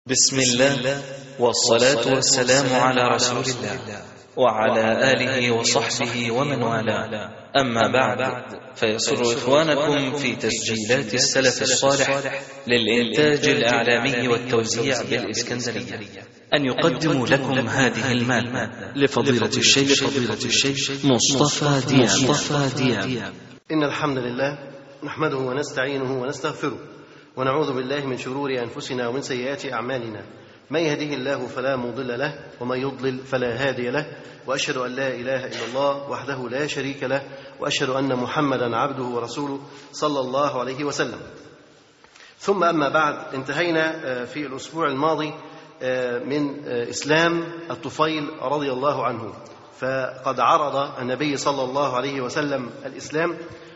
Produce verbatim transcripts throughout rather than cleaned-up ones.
بسم الله والصلاة والسلام على رسول الله وعلى آله وصحبه ومن والاه. أما بعد، فيسر إخوانكم في تسجيلات السلف الصالح للإنتاج الإعلامي والتوزيع بالإسكندرية أن يقدموا لكم هذه المادة لفضيلة الشيخ فضيلة الشيخ مصطفى دياب. مصطفى دياب. إن الحمد لله نحمده ونستعينه ونستغفره ونعوذ بالله من شرور أنفسنا ومن سيئات أعمالنا. من يهده الله فلا مضل له ومن يضلل فلا هادي له، وأشهد أن لا إله إلا الله وحده لا شريك له، وأشهد أن محمدا عبده ورسوله صلى الله عليه وسلم. ثم أما بعد، انتهينا في الأسبوع الماضي من إسلام الطفيل رضي الله عنه، فقد عرض النبي صلى الله عليه وسلم الإسلام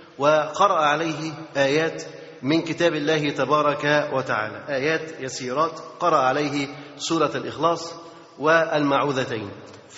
وقرأ عليه آيات من كتاب الله تبارك وتعالى، آيات يسيرات، قرأ عليه سورة الإخلاص والمعوذتين.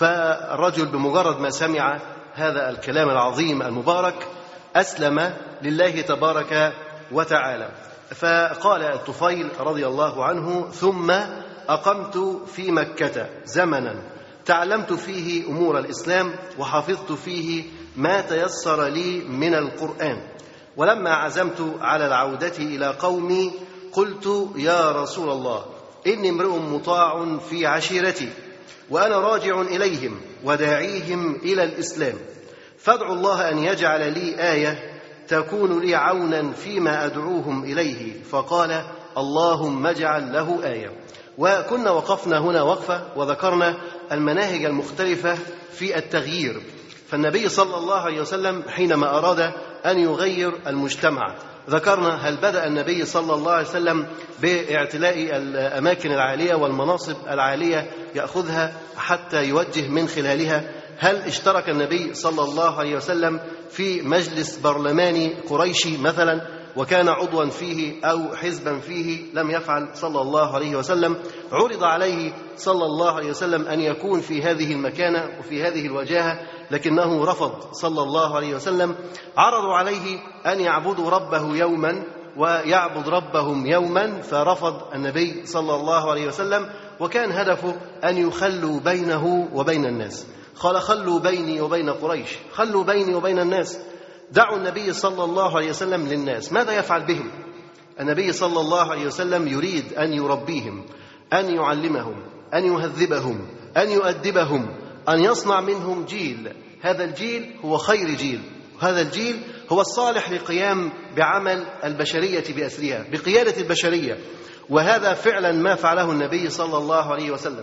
فالرجل بمجرد ما سمع هذا الكلام العظيم المبارك أسلم لله تبارك وتعالى. فقال الطفيل رضي الله عنه: ثم أقمت في مكة زمنا تعلمت فيه أمور الإسلام وحفظت فيه ما تيسر لي من القرآن، ولما عزمت على العودة إلى قومي قلت: يا رسول الله، إني امرؤ مطاع في عشيرتي وأنا راجع إليهم وداعيهم إلى الإسلام، فادعوا الله أن يجعل لي آية تكون لي عونا فيما أدعوهم إليه. فقال: اللهم اجعل له آية. وكنا وقفنا هنا وقفة وذكرنا المناهج المختلفة في التغيير. فالنبي صلى الله عليه وسلم حينما أراد أن يغير المجتمع، ذكرنا هل بدأ النبي صلى الله عليه وسلم باعتلاء الأماكن العالية والمناصب العالية يأخذها حتى يوجه من خلالها؟ هل اشترك النبي صلى الله عليه وسلم في مجلس برلماني قريشي مثلا وكان عضوا فيه أو حزبا فيه؟ لم يفعل صلى الله عليه وسلم. عرض عليه صلى الله عليه وسلم أن يكون في هذه المكانة وفي هذه الوجاهة، لكنه رفض صلى الله عليه وسلم. عرضوا عليه أن يعبدوا ربه يوما ويعبد ربهم يوما، فرفض النبي صلى الله عليه وسلم، وكان هدفه أن يخلوا بينه وبين الناس. قال: خلوا بيني وبين قريش، خلوا بيني وبين الناس. دعوا النبي صلى الله عليه وسلم للناس، ماذا يفعل بهم؟ النبي صلى الله عليه وسلم يريد أن يربيهم، أن يعلمهم، أن يهذبهم، أن يؤدبهم، أن يصنع منهم جيل. هذا الجيل هو خير جيل، هذا الجيل هو الصالح لقيام بعمل البشرية بأسرها، بقيادة البشرية. وهذا فعلا ما فعله النبي صلى الله عليه وسلم.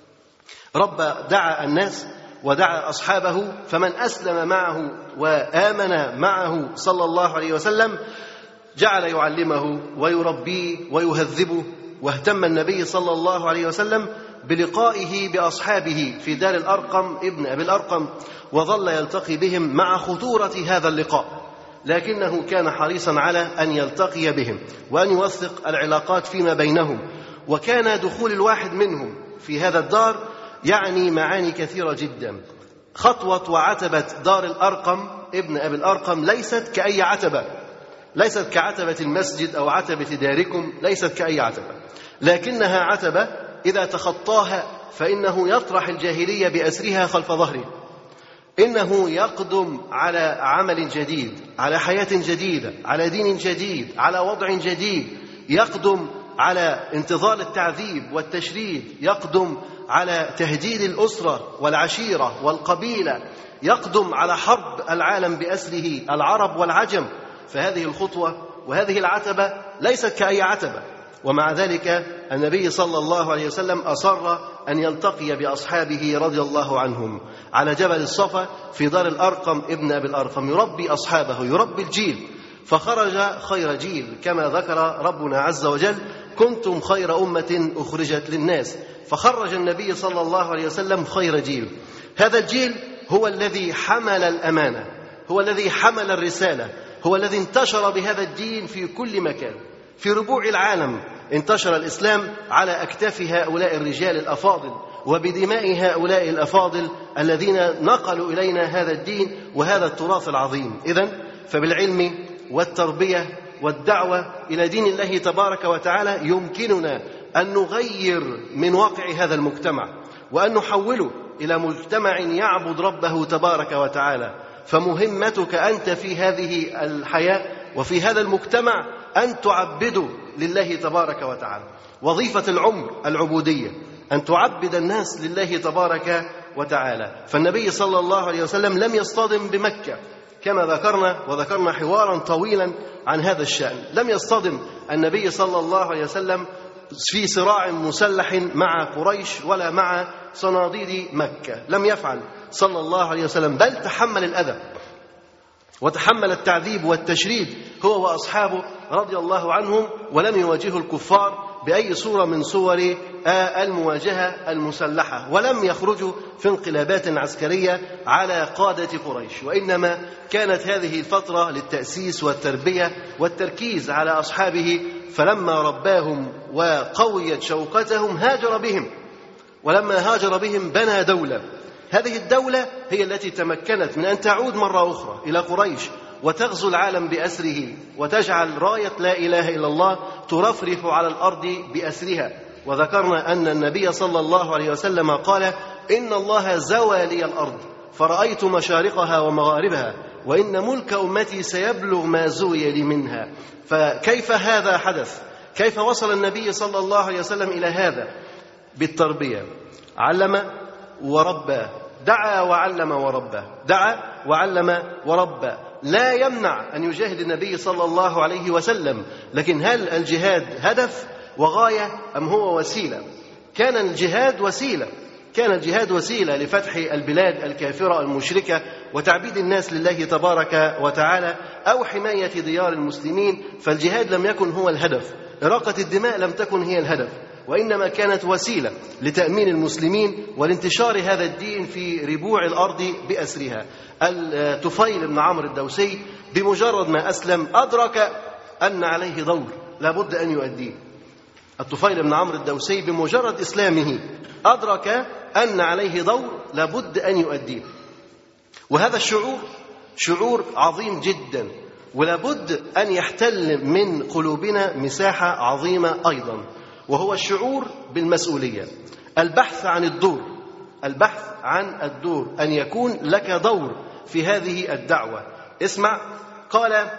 رب دعا الناس ودعا أصحابه، فمن أسلم معه وآمن معه صلى الله عليه وسلم جعل يعلمه ويربيه ويهذبه. واهتم النبي صلى الله عليه وسلم بلقائه بأصحابه في دار الأرقم ابن أبي الأرقم، وظل يلتقي بهم مع خطورة هذا اللقاء، لكنه كان حريصا على أن يلتقي بهم وأن يوثق العلاقات فيما بينهم. وكان دخول الواحد منهم في هذا الدار يعني معاني كثيرة جدا. خطوة وعتبة دار الأرقم ابن أبي الأرقم ليست كأي عتبة، ليست كعتبة المسجد أو عتبة داركم، ليست كأي عتبة، لكنها عتبة إذا تخطاها فإنه يطرح الجاهلية بأسرها خلف ظهره. إنه يقدم على عمل جديد، على حياة جديدة، على دين جديد، على وضع جديد، يقدم على انتظار التعذيب والتشريد، يقدم على تهديد الأسرة والعشيرة والقبيلة، يقدم على حرب العالم بأسره العرب والعجم. فهذه الخطوة وهذه العتبة ليست كأي عتبة. ومع ذلك النبي صلى الله عليه وسلم أصر أن يلتقي بأصحابه رضي الله عنهم على جبل الصفا في دار الأرقم ابن أبي الأرقم، يربي أصحابه، يربي الجيل. فخرج خير جيل كما ذكر ربنا عز وجل: كنتم خير أمة أخرجت للناس. فخرج النبي صلى الله عليه وسلم خير جيل. هذا الجيل هو الذي حمل الأمانة، هو الذي حمل الرسالة، هو الذي انتشر بهذا الدين في كل مكان. في ربوع العالم انتشر الإسلام على أكتاف هؤلاء الرجال الأفاضل وبدماء هؤلاء الأفاضل الذين نقلوا إلينا هذا الدين وهذا التراث العظيم. إذن فبالعلم والتربية والدعوة إلى دين الله تبارك وتعالى يمكننا أن نغير من واقع هذا المجتمع وأن نحوله إلى مجتمع يعبد ربه تبارك وتعالى. فمهمتك أنت في هذه الحياة وفي هذا المجتمع أن تعبدوا لله تبارك وتعالى. وظيفة العمر العبودية، أن تعبد الناس لله تبارك وتعالى. فالنبي صلى الله عليه وسلم لم يصطدم بمكة كما ذكرنا، وذكرنا حوارا طويلا عن هذا الشأن. لم يصطدم النبي صلى الله عليه وسلم في صراع مسلح مع قريش ولا مع صناديد مكة، لم يفعل صلى الله عليه وسلم، بل تحمل الأذى وتحمل التعذيب والتشريد هو وأصحابه رضي الله عنهم، ولم يواجهه الكفار بأي صورة من صور المواجهة المسلحة، ولم يخرجوا في انقلابات عسكرية على قادة قريش، وإنما كانت هذه الفترة للتأسيس والتربية والتركيز على أصحابه. فلما رباهم وقويت شوقتهم هاجر بهم، ولما هاجر بهم بنى دولة. هذه الدولة هي التي تمكنت من أن تعود مرة أخرى إلى قريش وتغزو العالم بأسره، وتجعل راية لا إله إلا الله ترفرف على الأرض بأسرها. وذكرنا أن النبي صلى الله عليه وسلم قال: إن الله زوى لي الأرض فرأيت مشارقها ومغاربها، وإن ملك أمتي سيبلغ ما زوي لي منها. فكيف هذا حدث؟ كيف وصل النبي صلى الله عليه وسلم إلى هذا؟ بالتربية، علم وربى، دعا وعلم وربى، دعا وعلم وربى. لا يمنع أن يجاهد النبي صلى الله عليه وسلم، لكن هل الجهاد هدف وغاية أم هو وسيلة؟ كان الجهاد وسيلة، كان الجهاد وسيلة لفتح البلاد الكافرة المشركة وتعبيد الناس لله تبارك وتعالى أو حماية ديار المسلمين. فالجهاد لم يكن هو الهدف، إراقة الدماء لم تكن هي الهدف، وإنما كانت وسيلة لتأمين المسلمين ولانتشار هذا الدين في ربوع الأرض بأسرها. الطفيل بن عمرو الدوسي بمجرد ما أسلم أدرك أن عليه دور لابد أن يؤديه. الطفيل بن عمرو الدوسي بمجرد إسلامه أدرك أن عليه دور لابد أن يؤديه، وهذا الشعور شعور عظيم جدا، ولابد أن يحتل من قلوبنا مساحة عظيمة أيضا، وهو الشعور بالمسؤولية، البحث عن الدور، البحث عن الدور، أن يكون لك دور في هذه الدعوة. اسمع، قال: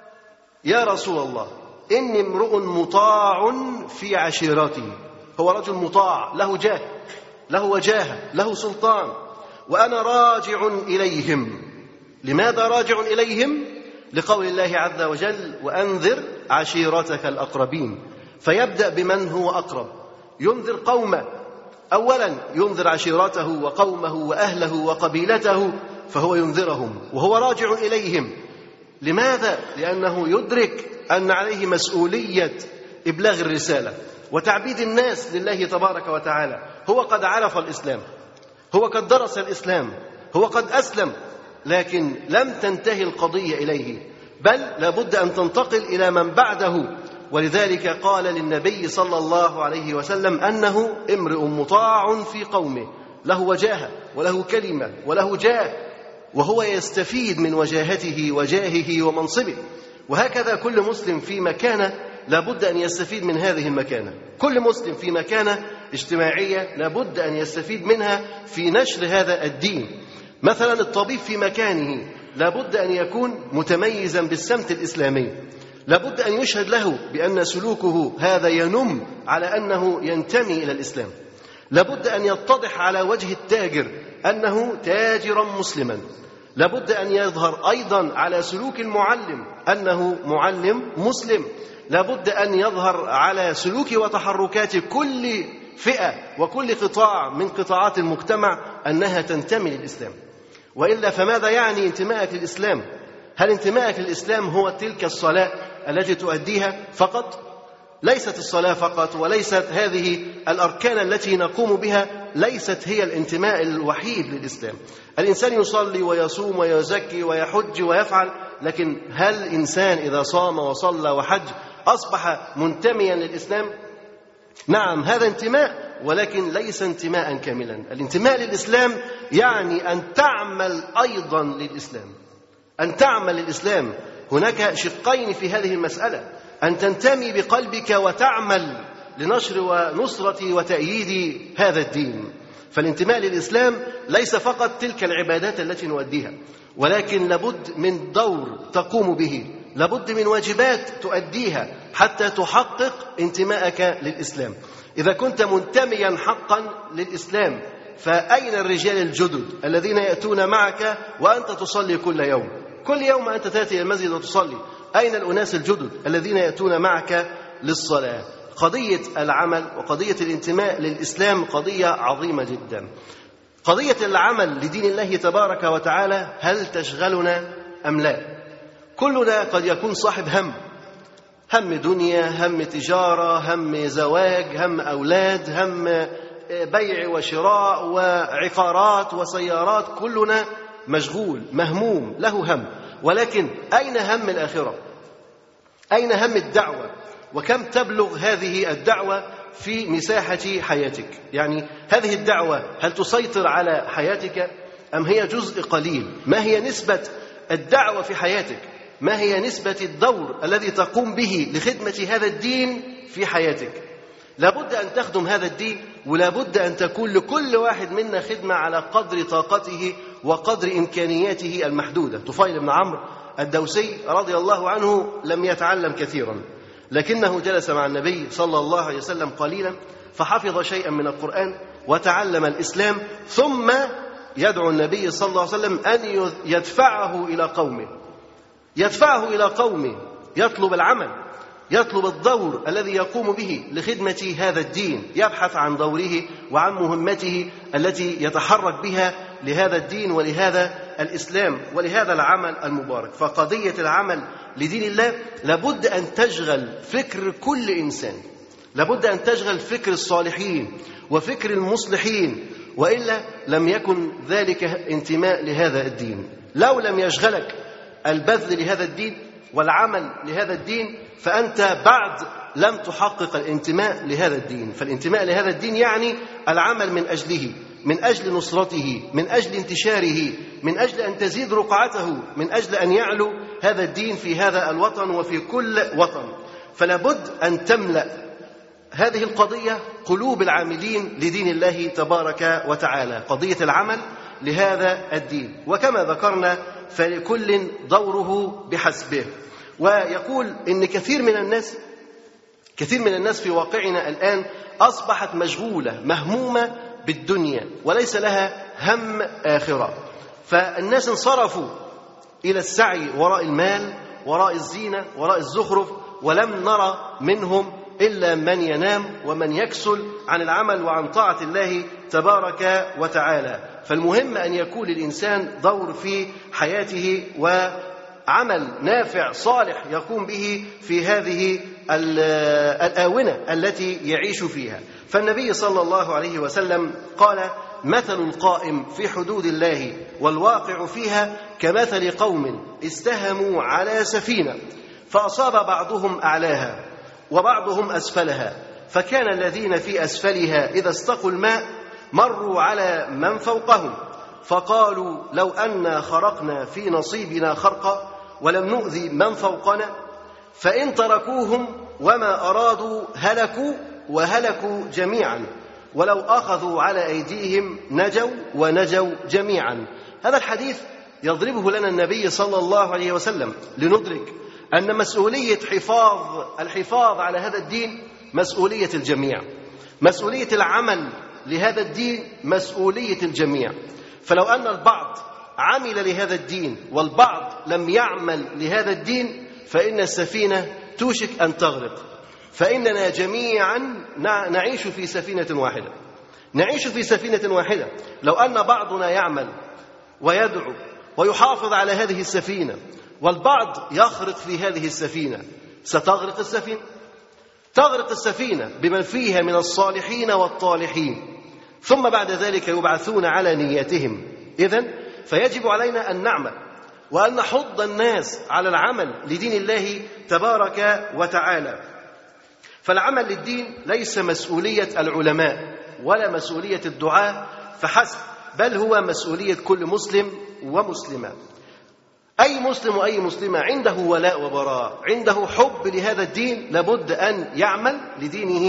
يا رسول الله إني امرؤ مطاع في عشيرته. هو رجل مطاع، له جاه، له وجاهة، له سلطان، وأنا راجع إليهم. لماذا راجع إليهم؟ لقول الله عز وجل: وأنذر عشيرتك الأقربين. فيبدأ بمن هو أقرب، ينذر قومه أولا، ينذر عشيرته وقومه وأهله وقبيلته، فهو ينذرهم وهو راجع إليهم. لماذا؟ لأنه يدرك أن عليه مسؤولية إبلاغ الرسالة وتعبيد الناس لله تبارك وتعالى. هو قد عرف الإسلام، هو قد درس الإسلام، هو قد أسلم، لكن لم تنتهي القضية إليه، بل لابد أن تنتقل إلى من بعده. ولذلك قال للنبي صلى الله عليه وسلم أنه امرئ مطاع في قومه، له وجاهة وله كلمة وله جاه، وهو يستفيد من وجاهته وجاهه ومنصبه. وهكذا كل مسلم في مكانه لابد أن يستفيد من هذه المكانة، كل مسلم في مكانة اجتماعية لابد أن يستفيد منها في نشر هذا الدين. مثلا الطبيب في مكانه لابد أن يكون متميزا بالسمت الإسلامي، لابد أن يشهد له بأن سلوكه هذا ينم على أنه ينتمي إلى الإسلام. لابد أن يتضح على وجه التاجر أنه تاجرا مسلما. لابد أن يظهر أيضا على سلوك المعلم أنه معلم مسلم. لابد أن يظهر على سلوك وتحركات كل فئة وكل قطاع من قطاعات المجتمع أنها تنتمي للإسلام. وإلا فماذا يعني انتمائك للإسلام؟ هل انتمائك للإسلام هو تلك الصلاة التي تؤديها فقط؟ ليست الصلاة فقط، وليست هذه الأركان التي نقوم بها، ليست هي الانتماء الوحيد للإسلام. الإنسان يصلي ويصوم ويزكي ويحج ويفعل، لكن هل إنسان إذا صام وصلى وحج أصبح منتميا للإسلام؟ نعم، هذا انتماء، ولكن ليس انتماء كاملا. الانتماء للإسلام يعني أن تعمل أيضا للإسلام، أن تعمل للإسلام. هناك شقين في هذه المسألة، أن تنتمي بقلبك وتعمل لنشر ونصرة وتأييد هذا الدين. فالانتماء للإسلام ليس فقط تلك العبادات التي نؤديها، ولكن لابد من دور تقوم به، لابد من واجبات تؤديها حتى تحقق انتماءك للإسلام. إذا كنت منتميا حقا للإسلام فأين الرجال الجدد الذين يأتون معك وأنت تصلي كل يوم؟ كل يوم أنت تأتي إلى المسجد وتصلي، أين الأناس الجدد الذين يأتون معك للصلاة؟ قضية العمل وقضية الانتماء للإسلام قضية عظيمة جدا. قضية العمل لدين الله تبارك وتعالى هل تشغلنا أم لا؟ كلنا قد يكون صاحب هم، هم دنيا، هم تجارة، هم زواج، هم أولاد، هم بيع وشراء وعقارات وسيارات، كلنا مشغول مهموم له هم. ولكن أين هم الآخرة؟ أين هم الدعوة؟ وكم تبلغ هذه الدعوة في مساحة حياتك؟ يعني هذه الدعوة هل تسيطر على حياتك أم هي جزء قليل؟ ما هي نسبة الدعوة في حياتك؟ ما هي نسبة الدور الذي تقوم به لخدمة هذا الدين في حياتك؟ لابد أن تخدم هذا الدين، ولابد أن تكون لكل واحد منا خدمة على قدر طاقته وقدر إمكانياته المحدودة. طفيل بن عمرو الدوسي رضي الله عنه لم يتعلم كثيرا، لكنه جلس مع النبي صلى الله عليه وسلم قليلا فحفظ شيئا من القرآن وتعلم الإسلام، ثم يدعو النبي صلى الله عليه وسلم أن يدفعه إلى قومه، يدفعه إلى قومه يطلب العمل، يطلب الدور الذي يقوم به لخدمة هذا الدين، يبحث عن دوره وعن مهمته التي يتحرك بها لهذا الدين ولهذا الإسلام ولهذا العمل المبارك. فقضية العمل لدين الله لابد أن تشغل فكر كل إنسان، لابد أن تشغل فكر الصالحين وفكر المصلحين، وإلا لم يكن ذلك انتماء لهذا الدين. لو لم يشغلك البذل لهذا الدين والعمل لهذا الدين فأنت بعد لم تحقق الانتماء لهذا الدين. فالانتماء لهذا الدين يعني العمل من أجله، من أجل نصرته، من أجل انتشاره، من أجل أن تزيد رقعته، من أجل أن يعلو هذا الدين في هذا الوطن وفي كل وطن. فلابد أن تملأ هذه القضية قلوب العاملين لدين الله تبارك وتعالى، قضية العمل لهذا الدين. وكما ذكرنا فلكل دوره بحسبه. ويقول إن كثير من الناس كثير من الناس في واقعنا الآن أصبحت مشغولة مهمومة بالدنيا وليس لها هم آخرة، فالناس انصرفوا إلى السعي وراء المال، وراء الزينة، وراء الزخرف، ولم نرى منهم إلا من ينام ومن يكسل عن العمل وعن طاعة الله تبارك وتعالى. فالمهم أن يكون للإنسان دور في حياته وعمل نافع صالح يقوم به في هذه الآونة التي يعيش فيها. فالنبي صلى الله عليه وسلم قال: مثل القائم في حدود الله والواقع فيها كمثل قوم استهموا على سفينة فأصاب بعضهم أعلاها وبعضهم أسفلها، فكان الذين في أسفلها إذا استقوا الماء مروا على من فوقهم فقالوا: لو أنا خرقنا في نصيبنا خرقا ولم نؤذي من فوقنا. فإن تركوهم وما أرادوا هلكوا وهلكوا جميعا، ولو أخذوا على أيديهم نجوا ونجوا جميعا. هذا الحديث يضربه لنا النبي صلى الله عليه وسلم لندرك أن مسؤولية حفاظ الحفاظ على هذا الدين مسؤولية الجميع، مسؤولية العمل لهذا الدين مسؤولية الجميع. فلو أن البعض عمل لهذا الدين والبعض لم يعمل لهذا الدين فإن السفينة توشك أن تغرق، فإننا جميعا نعيش في سفينة واحدة، نعيش في سفينة واحدة. لو أن بعضنا يعمل ويدعو ويحافظ على هذه السفينة والبعض يخرق في هذه السفينة ستغرق السفينة، تغرق السفينة بمن فيها من الصالحين والطالحين، ثم بعد ذلك يبعثون على نياتهم. إذن فيجب علينا أن نعمل وأن نحض الناس على العمل لدين الله تبارك وتعالى. فالعمل للدين ليس مسؤولية العلماء ولا مسؤولية الدعاة فحسب، بل هو مسؤولية كل مسلم ومسلمة. أي مسلم وأي مسلمة عنده ولاء وبراء، عنده حب لهذا الدين، لابد أن يعمل لدينه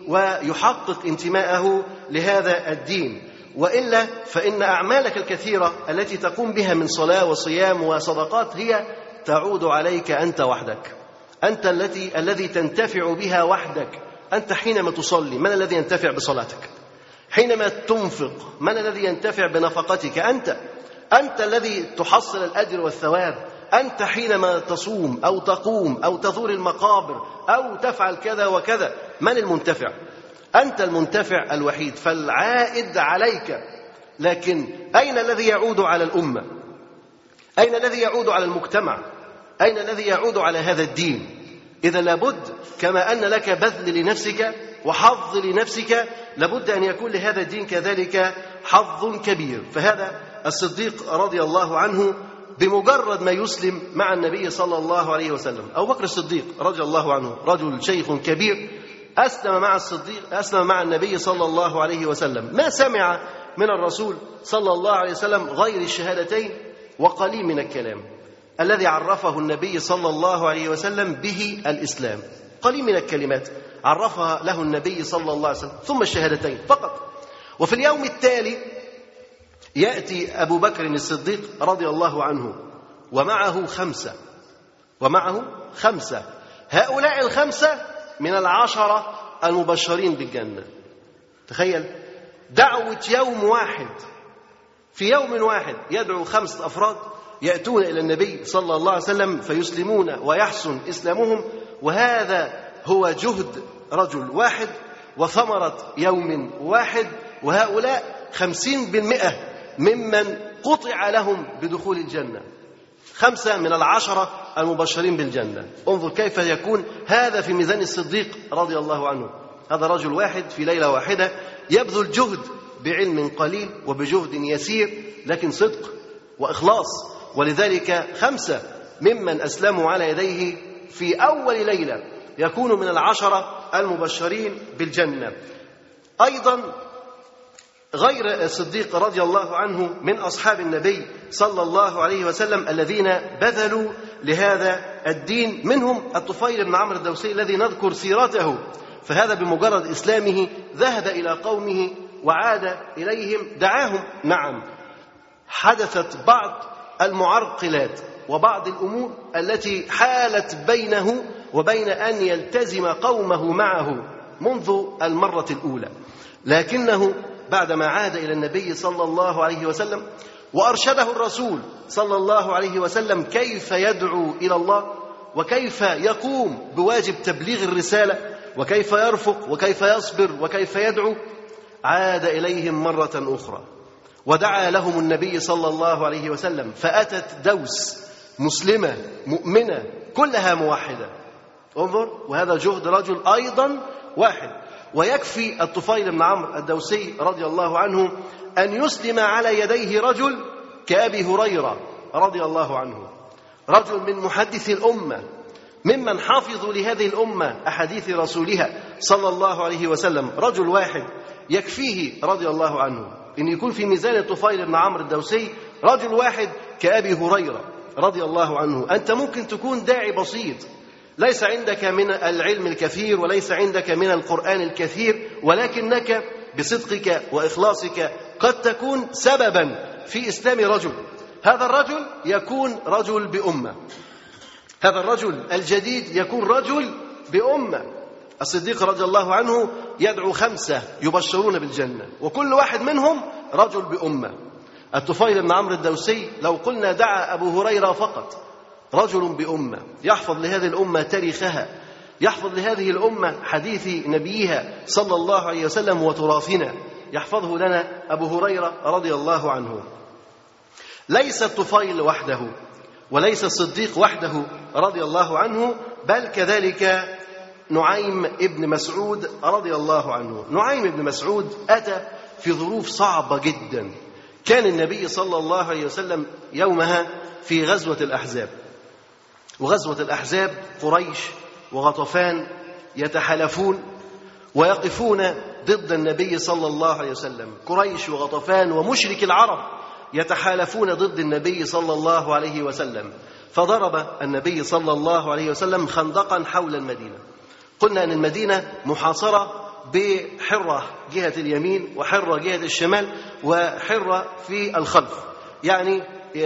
ويحقق انتماءه لهذا الدين. وإلا فإن أعمالك الكثيرة التي تقوم بها من صلاة وصيام وصدقات هي تعود عليك أنت وحدك، أنت التي الذي تنتفع بها وحدك. أنت حينما تصلي من الذي ينتفع بصلاتك؟ حينما تنفق من الذي ينتفع بنفقتك؟ أنت أنت الذي تحصل الأجر والثواب. أنت حينما تصوم أو تقوم أو تزور المقابر أو تفعل كذا وكذا، من المنتفع؟ أنت المنتفع الوحيد، فالعائد عليك. لكن أين الذي يعود على الأمة؟ أين الذي يعود على المجتمع؟ أين الذي يعود على هذا الدين؟ إذا لابد كما أن لك بذل لنفسك وحظ لنفسك، لابد أن يكون لهذا الدين كذلك حظ كبير. فهذا الصديق رضي الله عنه بمجرد ما يسلم مع النبي صلى الله عليه وسلم، أبو بكر الصديق رضي الله عنه رجل شيخ كبير، أسلم مع الصديق أسلم مع النبي صلى الله عليه وسلم، ما سمع من الرسول صلى الله عليه وسلم غير الشهادتين وقليل من الكلام الذي عرفه النبي صلى الله عليه وسلم به الإسلام. قليل من الكلمات عرفها له النبي صلى الله عليه وسلم، ثم الشهادتين فقط. وفي اليوم التالي يأتي أبو بكر الصديق رضي الله عنه ومعه خمسة ومعه خمسة هؤلاء الخمسة من العشرة المبشرين بالجنة. تخيل دعوة يوم واحد، في يوم واحد يدعو خمسة أفراد يأتون إلى النبي صلى الله عليه وسلم فيسلمون ويحسن إسلامهم. وهذا هو جهد رجل واحد وثمرة يوم واحد، وهؤلاء خمسين بالمئة ممن قطع لهم بدخول الجنة، خمسة من العشرة المبشرين بالجنة. انظر كيف يكون هذا في ميزان الصديق رضي الله عنه. هذا رجل واحد في ليلة واحدة يبذل جهد بعلم قليل وبجهد يسير، لكن صدق وإخلاص. ولذلك خمسة ممن أسلموا على يديه في أول ليلة يكونوا من العشرة المبشرين بالجنة. أيضا غير الصديق رضي الله عنه من أصحاب النبي صلى الله عليه وسلم الذين بذلوا لهذا الدين، منهم الطفيل بن عمرو الدوسي الذي نذكر سيرته. فهذا بمجرد إسلامه ذهب إلى قومه وعاد إليهم دعاهم. نعم، حدثت بعض المعرقلات وبعض الأمور التي حالت بينه وبين أن يلتزم قومه معه منذ المرة الأولى، لكنه بعدما عاد إلى النبي صلى الله عليه وسلم وأرشده الرسول صلى الله عليه وسلم كيف يدعو إلى الله وكيف يقوم بواجب تبليغ الرسالة وكيف يرفق وكيف يصبر وكيف يدعو، عاد إليهم مرة أخرى ودعا لهم النبي صلى الله عليه وسلم، فأتت دوس مسلمة مؤمنة كلها موحدة. انظر، وهذا جهد رجل أيضا واحد. ويكفي الطفيل بن عمرو الدوسي رضي الله عنه أن يسلم على يديه رجل كأبي هريرة رضي الله عنه، رجل من محدث الأمة ممن حافظوا لهذه الأمة أحاديث رسولها صلى الله عليه وسلم. رجل واحد يكفيه رضي الله عنه إن يكون في ميزان الطفيل بن عمرو الدوسي رجل واحد كأبي هريرة رضي الله عنه. أنت ممكن تكون داعي بسيط، ليس عندك من العلم الكثير وليس عندك من القرآن الكثير، ولكنك بصدقك وإخلاصك قد تكون سببا في إسلام رجل. هذا الرجل يكون رجل بأمة، هذا الرجل الجديد يكون رجل بأمة. الصديق رضي الله عنه يدعو خمسة يبشرون بالجنة وكل واحد منهم رجل بأمة. الطفيل بن عمرو الدوسي لو قلنا دعا أبو هريرة فقط، رجل بأمة يحفظ لهذه الأمة تاريخها، يحفظ لهذه الأمة حديث نبيها صلى الله عليه وسلم وتراثنا، يحفظه لنا أبو هريرة رضي الله عنه. ليس الطفيل وحده وليس الصديق وحده رضي الله عنه، بل كذلك نعيم ابن مسعود رضي الله عنه. نعيم ابن مسعود أتى في ظروف صعبة جدا. كان النبي صلى الله عليه وسلم يومها في غزوة الأحزاب، وغزوة الأحزاب قريش وغطفان يتحالفون ويقفون ضد النبي صلى الله عليه وسلم. قريش وغطفان ومشرك العرب يتحالفون ضد النبي صلى الله عليه وسلم. فضرب النبي صلى الله عليه وسلم خندقا حول المدينة. قلنا أن المدينة محاصرة بحرة جهة اليمين وحرة جهة الشمال وحرة في الخلف، يعني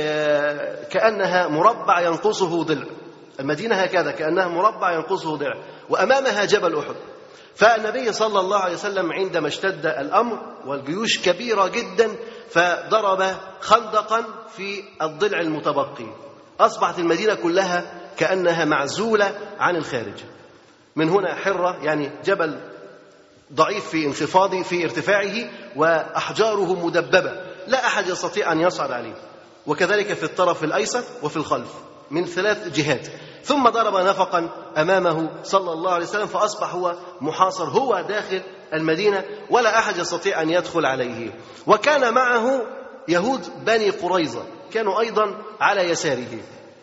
كأنها مربع ينقصه ضلع. المدينة هكذا كأنها مربع ينقصه ضلع، وأمامها جبل أحد. فالنبي صلى الله عليه وسلم عندما اشتد الأمر والجيوش كبيرة جدا فضرب خندقا في الضلع المتبقي، أصبحت المدينة كلها كأنها معزولة عن الخارج. من هنا حرة يعني جبل ضعيف في انخفاضه في ارتفاعه وأحجاره مدببة لا أحد يستطيع أن يصعد عليه، وكذلك في الطرف الأيسر وفي الخلف من ثلاث جهات. ثم ضرب نفقا أمامه صلى الله عليه وسلم فأصبح هو محاصر، هو داخل المدينة ولا أحد يستطيع أن يدخل عليه. وكان معه يهود بني قريظة كانوا أيضا على يساره،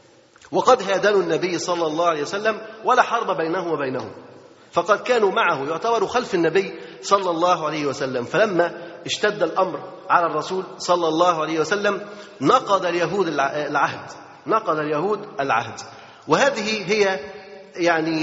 وقد هادنوا النبي صلى الله عليه وسلم ولا حرب بينه وبينهم، فقد كانوا معه يعتبروا خلف النبي صلى الله عليه وسلم. فلما اشتد الأمر على الرسول صلى الله عليه وسلم نقض اليهود العهد نقض اليهود العهد وهذه هي يعني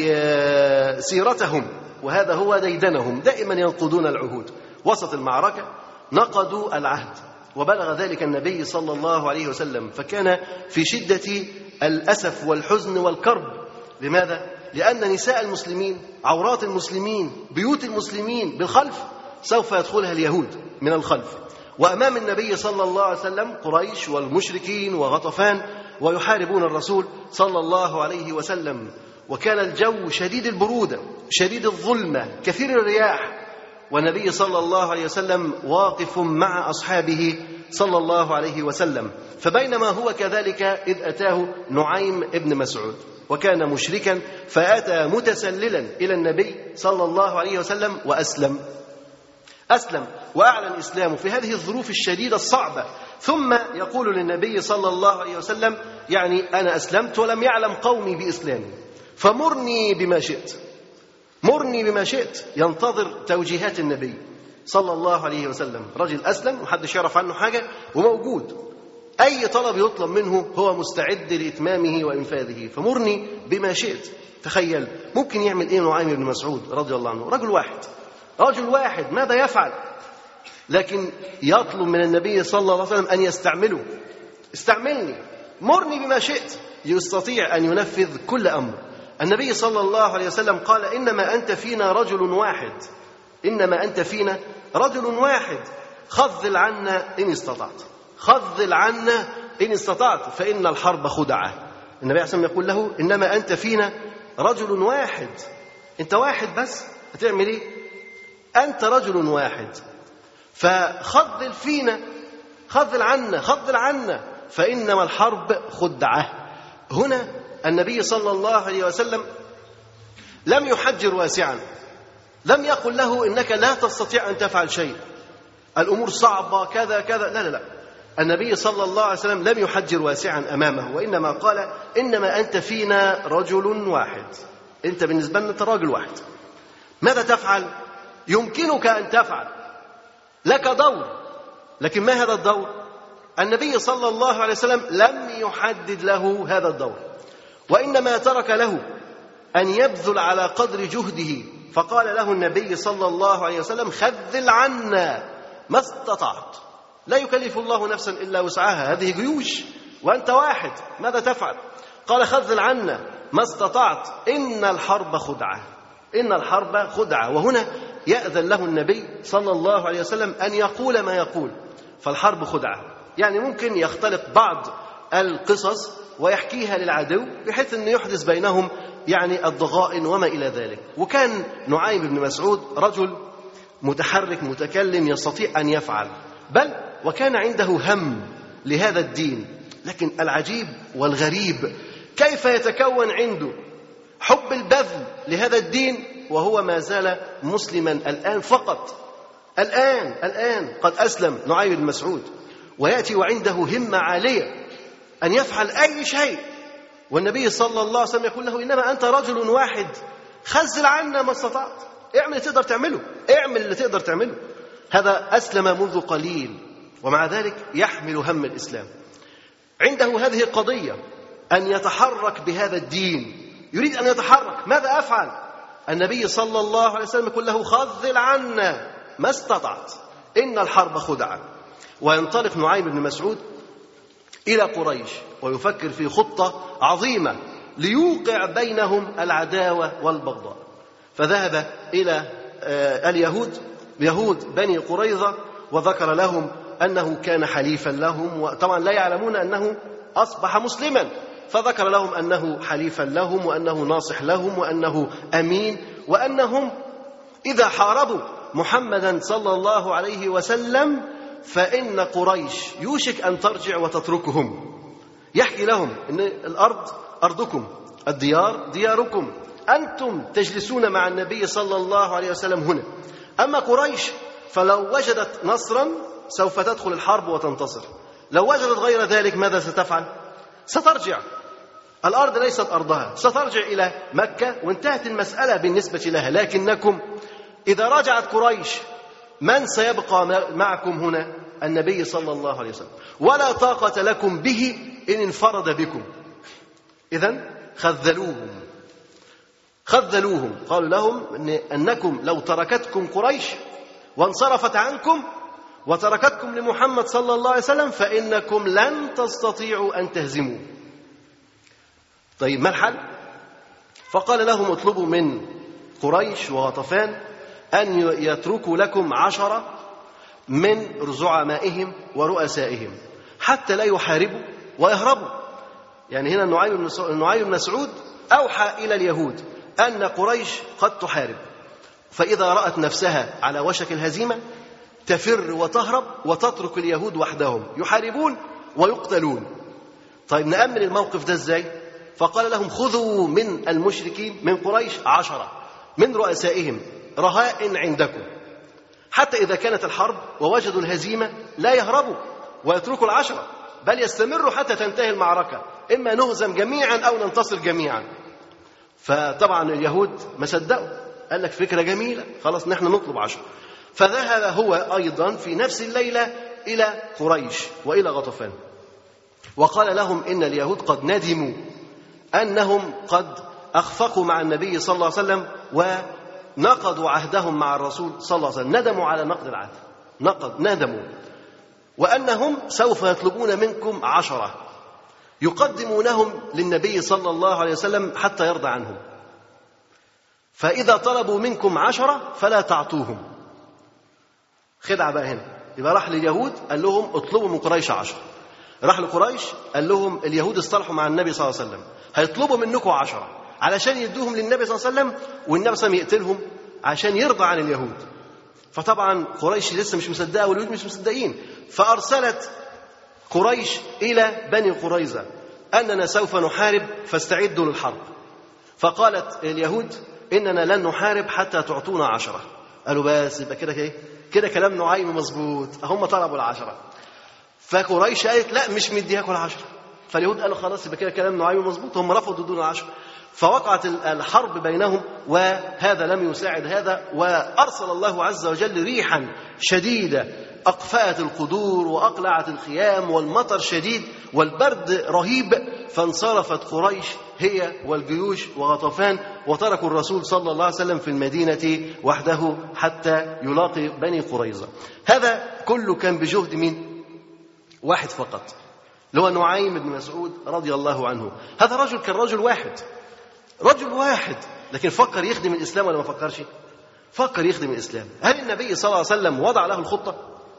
سيرتهم، وهذا هو ديدنهم، دائما ينقضون العهود. وسط المعركة نقضوا العهد، وبلغ ذلك النبي صلى الله عليه وسلم، فكان في شدة الأسف والحزن والكرب. لماذا؟ لأن نساء المسلمين، عورات المسلمين، بيوت المسلمين بالخلف سوف يدخلها اليهود من الخلف، وأمام النبي صلى الله عليه وسلم قريش والمشركين وغطفان ويحاربون الرسول صلى الله عليه وسلم. وكان الجو شديد البرودة شديد الظلمة كثير الرياح، والنبي صلى الله عليه وسلم واقف مع أصحابه صلى الله عليه وسلم. فبينما هو كذلك إذ أتاه نعيم ابن مسعود، وكان مشركا فأتى متسللا إلى النبي صلى الله عليه وسلم وأسلم أسلم وأعلن إسلامه في هذه الظروف الشديدة الصعبة. ثم يقول للنبي صلى الله عليه وسلم يعني أنا أسلمت ولم يعلم قومي بإسلامي، فمرني بما شئت مرني بما شئت ينتظر توجيهات النبي صلى الله عليه وسلم. رجل أسلم ومحدش يعرف عنه حاجة وموجود، أي طلب يطلب منه هو مستعد لإتمامه وإنفاذه، فمرني بما شئت. تخيل ممكن يعمل إيه نعيم بن مسعود رضي الله عنه، رجل واحد رجل واحد ماذا يفعل؟ لكن يطلب من النبي صلى الله عليه وسلم أن يستعمله. استعملني، مرني بما شئت، يستطيع أن ينفذ كل أمر. النبي صلى الله عليه وسلم قال إنما أنت فينا رجل واحد إنما أنت فينا رجل واحد خذل عنا إن استطعت خذل عنا إن استطعت فإن الحرب خدعة. النبي عليه الصلاة والسلام يقول له إنما أنت فينا رجل واحد، أنت واحد بس، هتعمل إيه؟ أنت رجل واحد، فخذل فينا خذل عنا خذل عنا فإنما الحرب خدعة. هنا النبي صلى الله عليه وسلم لم يحجر واسعا، لم يقل له إنك لا تستطيع أن تفعل شيء، الأمور صعبة كذا كذا، لا لا لا النبي صلى الله عليه وسلم لم يحجر واسعا أمامه، وإنما قال إنما أنت فينا رجل واحد، أنت بالنسبة لنا راجل واحد، ماذا تفعل؟ يمكنك أن تفعل، لك دور، لكن ما هذا الدور؟ النبي صلى الله عليه وسلم لم يحدد له هذا الدور، وإنما ترك له أن يبذل على قدر جهده. فقال له النبي صلى الله عليه وسلم خذل عنا ما استطعت، لا يكلف الله نفسا إلا وسعها، هذه جيوش وأنت واحد، ماذا تفعل؟ قال خذل عنا ما استطعت إن الحرب خدعة إن الحرب خدعة. وهنا يأذن له النبي صلى الله عليه وسلم أن يقول ما يقول، فالحرب خدعة، يعني ممكن يختلق بعض القصص ويحكيها للعدو بحيث أن يحدث بينهم يعني الضغائن وما إلى ذلك. وكان نعيم بن مسعود رجل متحرك متكلم يستطيع أن يفعل، بل وكان عنده هم لهذا الدين. لكن العجيب والغريب كيف يتكون عنده حب البذل لهذا الدين وهو ما زال مسلما الآن فقط، الآن الآن قد أسلم نعيم بن مسعود، ويأتي وعنده همة عالية أن يفعل أي شيء، والنبي صلى الله عليه وسلم يقول له إنما أنت رجل واحد خذل عنا ما استطعت، اعمل اللي تقدر تعمله اعمل اللي تقدر تعمله. هذا أسلم منذ قليل، ومع ذلك يحمل هم الإسلام، عنده هذه القضية أن يتحرك بهذا الدين، يريد أن يتحرك، ماذا أفعل؟ النبي صلى الله عليه وسلم يقول له خذل عنا ما استطعت إن الحرب خدعة. وينطلق نعيم بن مسعود إلى قريش ويفكر في خطة عظيمة ليوقع بينهم العداوة والبغضاء. فذهب إلى اليهود يهود بني قريظة وذكر لهم أنه كان حليفا لهم، وطبعا لا يعلمون أنه أصبح مسلما، فذكر لهم أنه حليفا لهم وأنه ناصح لهم وأنه أمين، وأنهم إذا حاربوا محمدا صلى الله عليه وسلم فإن قريش يوشك أن ترجع وتتركهم. يحكي لهم أن الأرض أرضكم، الديار دياركم، أنتم تجلسون مع النبي صلى الله عليه وسلم هنا، أما قريش فلو وجدت نصرا سوف تدخل الحرب وتنتصر، لو وجدت غير ذلك ماذا ستفعل؟ سترجع، الأرض ليست أرضها، سترجع إلى مكة وانتهت المسألة بالنسبة لها. لكنكم إذا رجعت قريش من سيبقى معكم هنا؟ النبي صلى الله عليه وسلم، ولا طاقة لكم به إن انفرد بكم. إذن خذلوهم خذلوهم قالوا لهم إن أنكم لو تركتكم قريش وانصرفت عنكم وتركتكم لمحمد صلى الله عليه وسلم فإنكم لن تستطيعوا أن تهزموا. طيب ما الحل؟ فقال لهم اطلبوا من قريش وغطفان أن يتركوا لكم عشرة من زعمائهم ورؤسائهم حتى لا يحاربوا ويهربوا. يعني هنا النعيم بن مسعود أوحى إلى اليهود أن قريش قد تحارب، فإذا رأت نفسها على وشك الهزيمة تفر وتهرب وتترك اليهود وحدهم يحاربون ويقتلون. طيب نأمن الموقف ده ازاي؟ فقال لهم خذوا من المشركين من قريش عشرة من رؤسائهم رهائن عندكم، حتى إذا كانت الحرب ووجدوا الهزيمة لا يهربوا ويتركوا العشرة، بل يستمروا حتى تنتهي المعركة، إما نهزم جميعا أو ننتصر جميعا. فطبعا اليهود ما صدقوا، قال لك فكرة جميلة، خلاص نحن نطلب عشرة. فذهب هو أيضا في نفس الليلة إلى قريش وإلى غطفان وقال لهم إن اليهود قد ندموا أنهم قد أخفقوا مع النبي صلى الله عليه وسلم ونقضوا عهدهم مع الرسول صلى الله عليه وسلم، ندموا على نقض العهد، نقض ندموا، وأنهم سوف يطلبون منكم عشرة يقدمونهم للنبي صلى الله عليه وسلم حتى يرضى عنهم، فإذا طلبوا منكم عشرة فلا تعطوهم. خدعة بقى هنا، يبقى راح لليهود قال لهم اطلبوا من قريش عشرة، راح لقريش قال لهم اليهود اصطلحوا مع النبي صلى الله عليه وسلم هيطلبوا منكم عشرة علشان يدوهم للنبي صلى الله عليه وسلم، والنبي صلى الله عليه وسلم يقتلهم عشان يرضى عن اليهود. فطبعا قريش لسه مش مصدقة واليهود مش مصدقين، فأرسلت قريش إلى بني قريظة أننا سوف نحارب فاستعدوا للحرب. فقالت اليهود إننا لن نحارب حتى تعطونا عشرة. قالوا بس يبقى كده كده كده كلام نعيم مظبوط، هم طلبوا العشرة. فقريش قالت لا مش مديهاكم العشرة، فاليهود قالوا خلاص يبقى كده كلام نعيم مظبوط، هم رفضوا دون العشرة. فوقعت الحرب بينهم وهذا لم يساعد هذا، وأرسل الله عز وجل ريحا شديدة أقفأت القدور وأقلعت الخيام والمطر شديد والبرد رهيب، فانصرفت قريش هي والجيوش وغطفان وتركوا الرسول صلى الله عليه وسلم في المدينة وحده حتى يلاقي بني قريظة. هذا كله كان بجهد مين؟ واحد فقط، اللي هو نعيم بن مسعود رضي الله عنه. هذا رجل كان رجل واحد رجل واحد لكن فكر يخدم الإسلام ولا ما فكرش؟ فكر يخدم الإسلام. هل النبي صلى الله عليه وسلم وضع له الخطة؟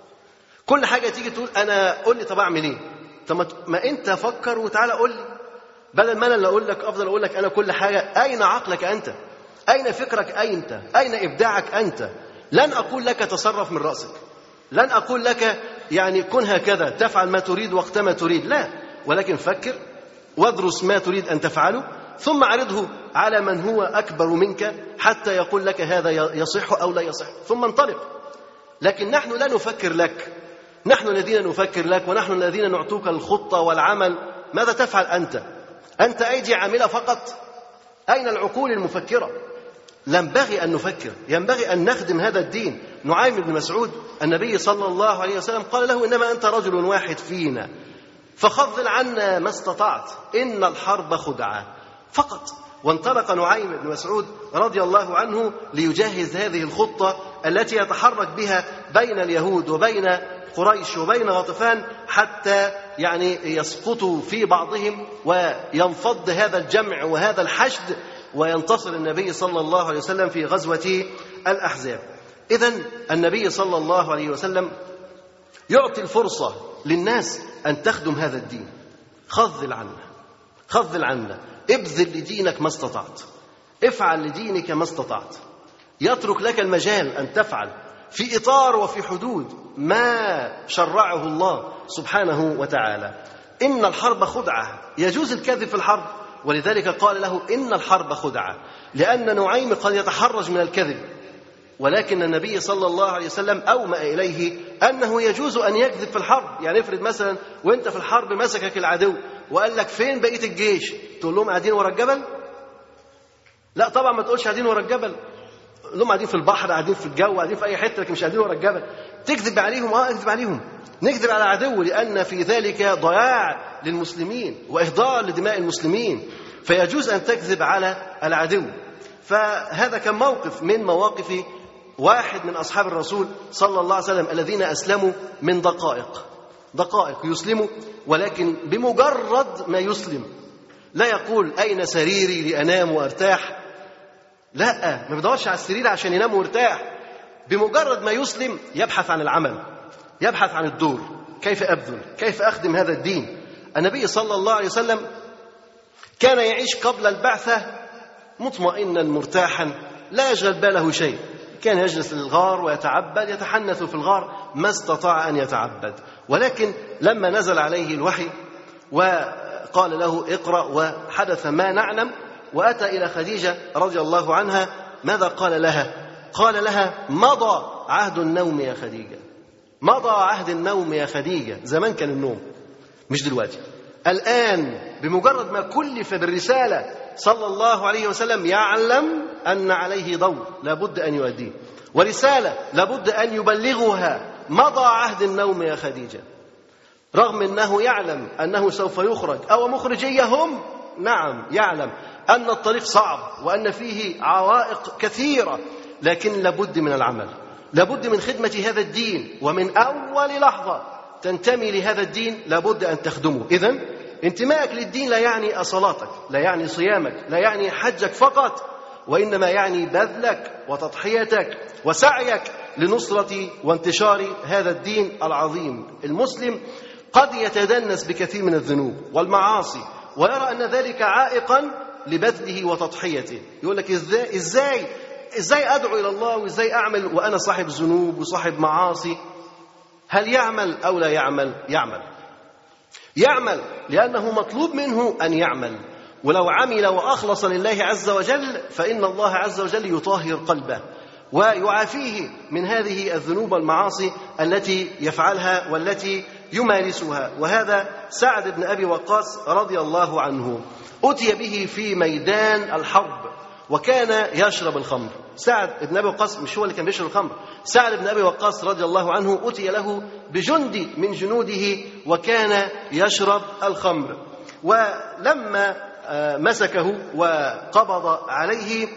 كل حاجة تيجي تقول أنا قول لي طب أعمل إيه؟ طب ما أنت فكر وتعالى قول لي، بدل ما أنا اللي أقول لك أفضل أقول لك أنا كل حاجة. أين عقلك أنت؟ أين فكرك أنت؟ أين إبداعك أنت؟ لن أقول لك تصرف من رأسك، لن أقول لك يعني كن هكذا تفعل ما تريد وقت ما تريد، لا، ولكن فكر وادرس ما تريد أن تفعله ثم عرضه على من هو أكبر منك حتى يقول لك هذا يصح أو لا يصح، ثم انطلق. لكن نحن لا نفكر لك، نحن الذين نفكر لك ونحن الذين نعطوك الخطة والعمل. ماذا تفعل أنت؟ أنت أيدي عاملة فقط، أين العقول المفكرة؟ ينبغي أن نفكر، ينبغي أن نخدم هذا الدين. نعيم بن مسعود النبي صلى الله عليه وسلم قال له إنما أنت رجل واحد فينا فخذل عنا ما استطعت، إن الحرب خدعة فقط. وانطلق نعيم بن مسعود رضي الله عنه ليجهز هذه الخطة التي يتحرك بها بين اليهود وبين قريش وبين غطفان حتى يعني يسقطوا في بعضهم وينفض هذا الجمع وهذا الحشد وينتصر النبي صلى الله عليه وسلم في غزوة الأحزاب. إذن النبي صلى الله عليه وسلم يعطي الفرصة للناس أن تخدم هذا الدين. خذل عنا خذل عنا ابذل لدينك ما استطعت، افعل لدينك ما استطعت، يترك لك المجال أن تفعل في إطار وفي حدود ما شرعه الله سبحانه وتعالى. إن الحرب خدعة، يجوز الكذب في الحرب، ولذلك قال له إن الحرب خدعة، لأن نعيم قد يتحرج من الكذب، ولكن النبي صلى الله عليه وسلم أومأ إليه أنه يجوز أن يكذب في الحرب. يعني افرض مثلا وانت في الحرب مسكك العدو وقال لك فين بقية الجيش، تقول لهم قاعدين ورا الجبل؟ لا طبعا ما تقولش قاعدين ورا الجبل، لهم قاعدين في البحر، قاعدين في الجو، قاعدين في أي حتة، لكن مش قاعدين ورا الجبل. تكذب عليهم، اه اكذب عليهم، نكذب على العدو، لأن في ذلك ضياع للمسلمين وإهدار لدماء المسلمين، فيجوز أن تكذب على العدو. فهذا كان موقف من مواقف واحد من أصحاب الرسول صلى الله عليه وسلم الذين أسلموا من دقائق دقائق يسلموا، ولكن بمجرد ما يسلم لا يقول أين سريري لأنام وأرتاح، لا، ما بيدورش على السرير عشان ينام ويرتاح. بمجرد ما يسلم يبحث عن العمل، يبحث عن الدور، كيف أبذل، كيف أخدم هذا الدين. النبي صلى الله عليه وسلم كان يعيش قبل البعثة مطمئنا مرتاحا لا يشغل باله شيء، كان يجلس للغار ويتعبد، يتحنث في الغار ما استطاع أن يتعبد. ولكن لما نزل عليه الوحي وقال له اقرأ وحدث ما نعلم، وأتى إلى خديجة رضي الله عنها، ماذا قال لها؟ قال لها مضى عهد النوم يا خديجة، مضى عهد النوم يا خديجة. زمان كان النوم، مش دلوقتي. الآن بمجرد ما كلف بالرسالة صلى الله عليه وسلم يعلم أن عليه دور لابد أن يؤديه، ورسالة لابد أن يبلغها. مضى عهد النوم يا خديجة، رغم أنه يعلم أنه سوف يخرج أو مخرجية هم، نعم يعلم أن الطريق صعب وأن فيه عوائق كثيرة، لكن لابد من العمل، لابد من خدمة هذا الدين، ومن أول لحظة تنتمي لهذا الدين لابد أن تخدمه. إذن انتمائك للدين لا يعني صلاتك، لا يعني صيامك، لا يعني حجك فقط، وإنما يعني بذلك وتضحيتك وسعيك لنصرة وانتشار هذا الدين العظيم. المسلم قد يتدنس بكثير من الذنوب والمعاصي ويرى أن ذلك عائقا لبذله وتضحيته، يقول لك إزاي, إزاي, إزاي أدعو إلى الله وإزاي أعمل وأنا صاحب ذنوب وصاحب معاصي؟ هل يعمل أو لا يعمل؟ يعمل يعمل لأنه مطلوب منه أن يعمل، ولو عمل وأخلص لله عز وجل فإن الله عز وجل يطهر قلبه ويعافيه من هذه الذنوب والمعاصي التي يفعلها والتي يمارسها. وهذا سعد بن أبي وقاص رضي الله عنه أتي به في ميدان الحرب وكان يشرب الخمر. سعد بن أبي وقاص مش هو اللي كان بيشرب الخمر، سعد بن أبي وقاص رضي الله عنه أتي له بجندي من جنوده وكان يشرب الخمر، ولما مسكه وقبض عليه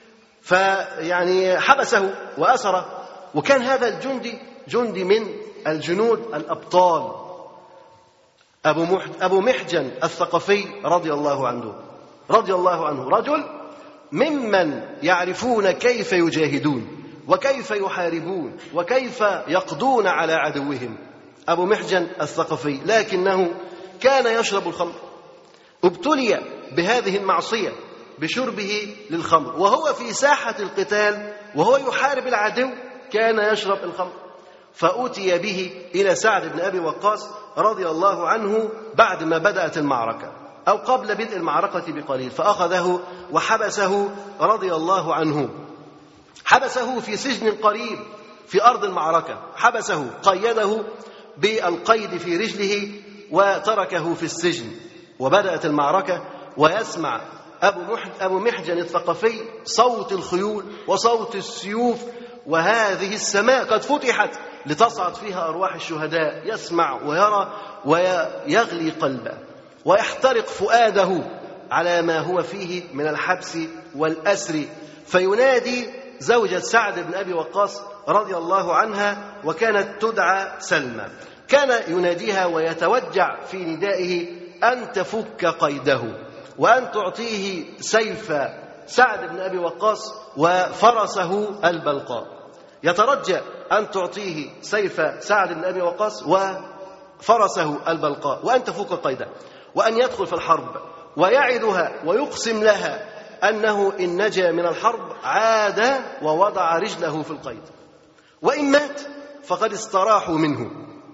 فيعني حبسه وأسره، وكان هذا الجندي جندي من الجنود الأبطال، أبو أبو محجن الثقفي رضي الله عنه رضي الله عنه رجل ممن يعرفون كيف يجاهدون وكيف يحاربون وكيف يقضون على عدوهم، أبو محجن الثقفي، لكنه كان يشرب الخمر، ابتلي بهذه المعصية بشربه للخمر، وهو في ساحة القتال وهو يحارب العدو كان يشرب الخمر. فأتي به إلى سعد بن أبي وقاص رضي الله عنه بعد ما بدأت المعركة أو قبل بدء المعركة بقليل، فأخذه وحبسه رضي الله عنه، حبسه في سجن قريب في أرض المعركة، حبسه قيده بالقيد في رجله وتركه في السجن. وبدأت المعركة ويسمع أبو محجن الثقفي صوت الخيول وصوت السيوف، وهذه السماء قد فتحت لتصعد فيها أرواح الشهداء، يسمع ويرى ويغلي قلبه ويحترق فؤاده على ما هو فيه من الحبس والأسر، فينادي زوجة سعد بن أبي وقاص رضي الله عنها، وكانت تدعى سلمى. كان يناديها ويتوجع في ندائه أن تفك قيده وأن تعطيه سيف سعد بن أبي وقاص وفرسه البلقاء. يترجى أن تعطيه سيف سعد بن أبي وقاص وفرسه البلقاء وأن تفك قيده وأن يدخل في الحرب، ويعدها ويقسم لها أنه إن نجا من الحرب عاد ووضع رجله في القيد، وإن مات فقد استراحوا منه.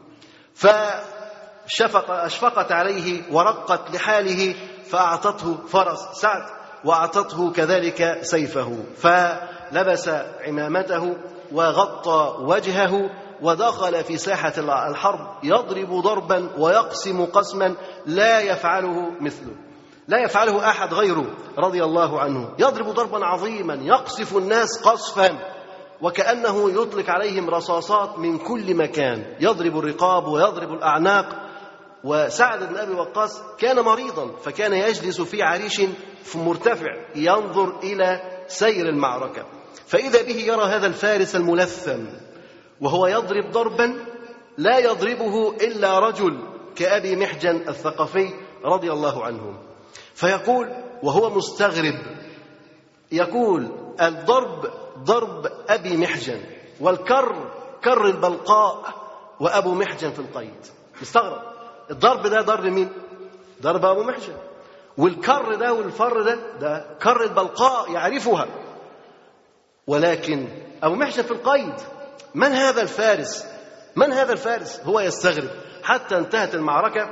فأشفقت عليه ورقت لحاله، فأعطته فرس سعد وأعطته كذلك سيفه، فلبس عمامته وغطى وجهه ودخل في ساحة الحرب يضرب ضربا ويقسم قسما لا يفعله مثله، لا يفعله أحد غيره رضي الله عنه. يضرب ضربا عظيما يقصف الناس قصفا وكأنه يطلق عليهم رصاصات من كل مكان، يضرب الرقاب ويضرب الأعناق. وسعد بن أبي وقاص كان مريضا، فكان يجلس في عريش مرتفع ينظر إلى سير المعركة، فإذا به يرى هذا الفارس الملثم وهو يضرب ضربا لا يضربه إلا رجل كأبي محجن الثقفي رضي الله عنه، فيقول وهو مستغرب، يقول الضرب ضرب أبي محجن والكر كر البلقاء وأبو محجن في القيد. مستغرب، الضرب ده ضرب مين؟ ضرب أبو محجن، والكر ده والفر ده ده كر البلقاء يعرفها، ولكن أبو محجن في القيد. من هذا الفارس؟ من هذا الفارس؟ هو يستغرب حتى انتهت المعركة،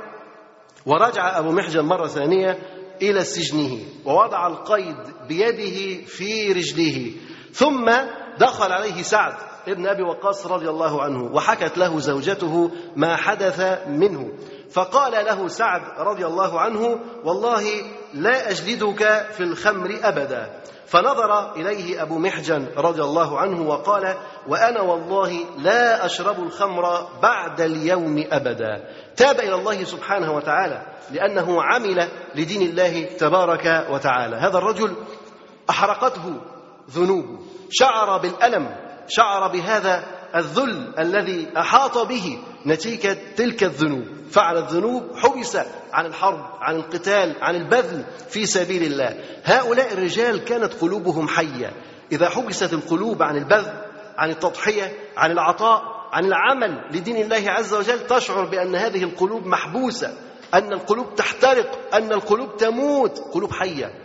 ورجع أبو محجن مرة ثانية إلى سجنه ووضع القيد بيده في رجله، ثم دخل عليه سعد ابن أبي وقاص رضي الله عنه وحكت له زوجته ما حدث منه، فقال له سعد رضي الله عنه والله لا أجلدك في الخمر أبدا. فنظر إليه أبو محجن رضي الله عنه وقال وأنا والله لا أشرب الخمر بعد اليوم أبدا. تاب إلى الله سبحانه وتعالى لأنه عمل لدين الله تبارك وتعالى. هذا الرجل أحرقته ذنوبه، شعر بالألم، شعر بهذا الذل الذي أحاط به نتيجة تلك الذنوب، فعل الذنوب، حبس عن الحرب، عن القتال، عن البذل في سبيل الله. هؤلاء الرجال كانت قلوبهم حية. إذا حبست القلوب عن البذل، عن التضحية، عن العطاء، عن العمل لدين الله عز وجل، تشعر بأن هذه القلوب محبوسة، أن القلوب تحترق، أن القلوب تموت، قلوب حية.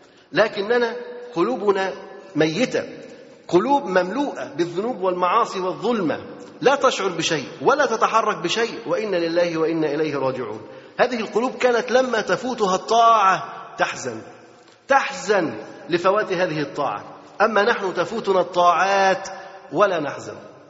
لكننا قلوبنا ميتة، قلوب مملوءة بالذنوب والمعاصي والظلمة، لا تشعر بشيء ولا تتحرك بشيء، وإنا لله وإنا إليه راجعون. هذه القلوب كانت لما تفوتها الطاعة تحزن، تحزن لفوات هذه الطاعة. أما نحن تفوتنا الطاعات ولا نحزن،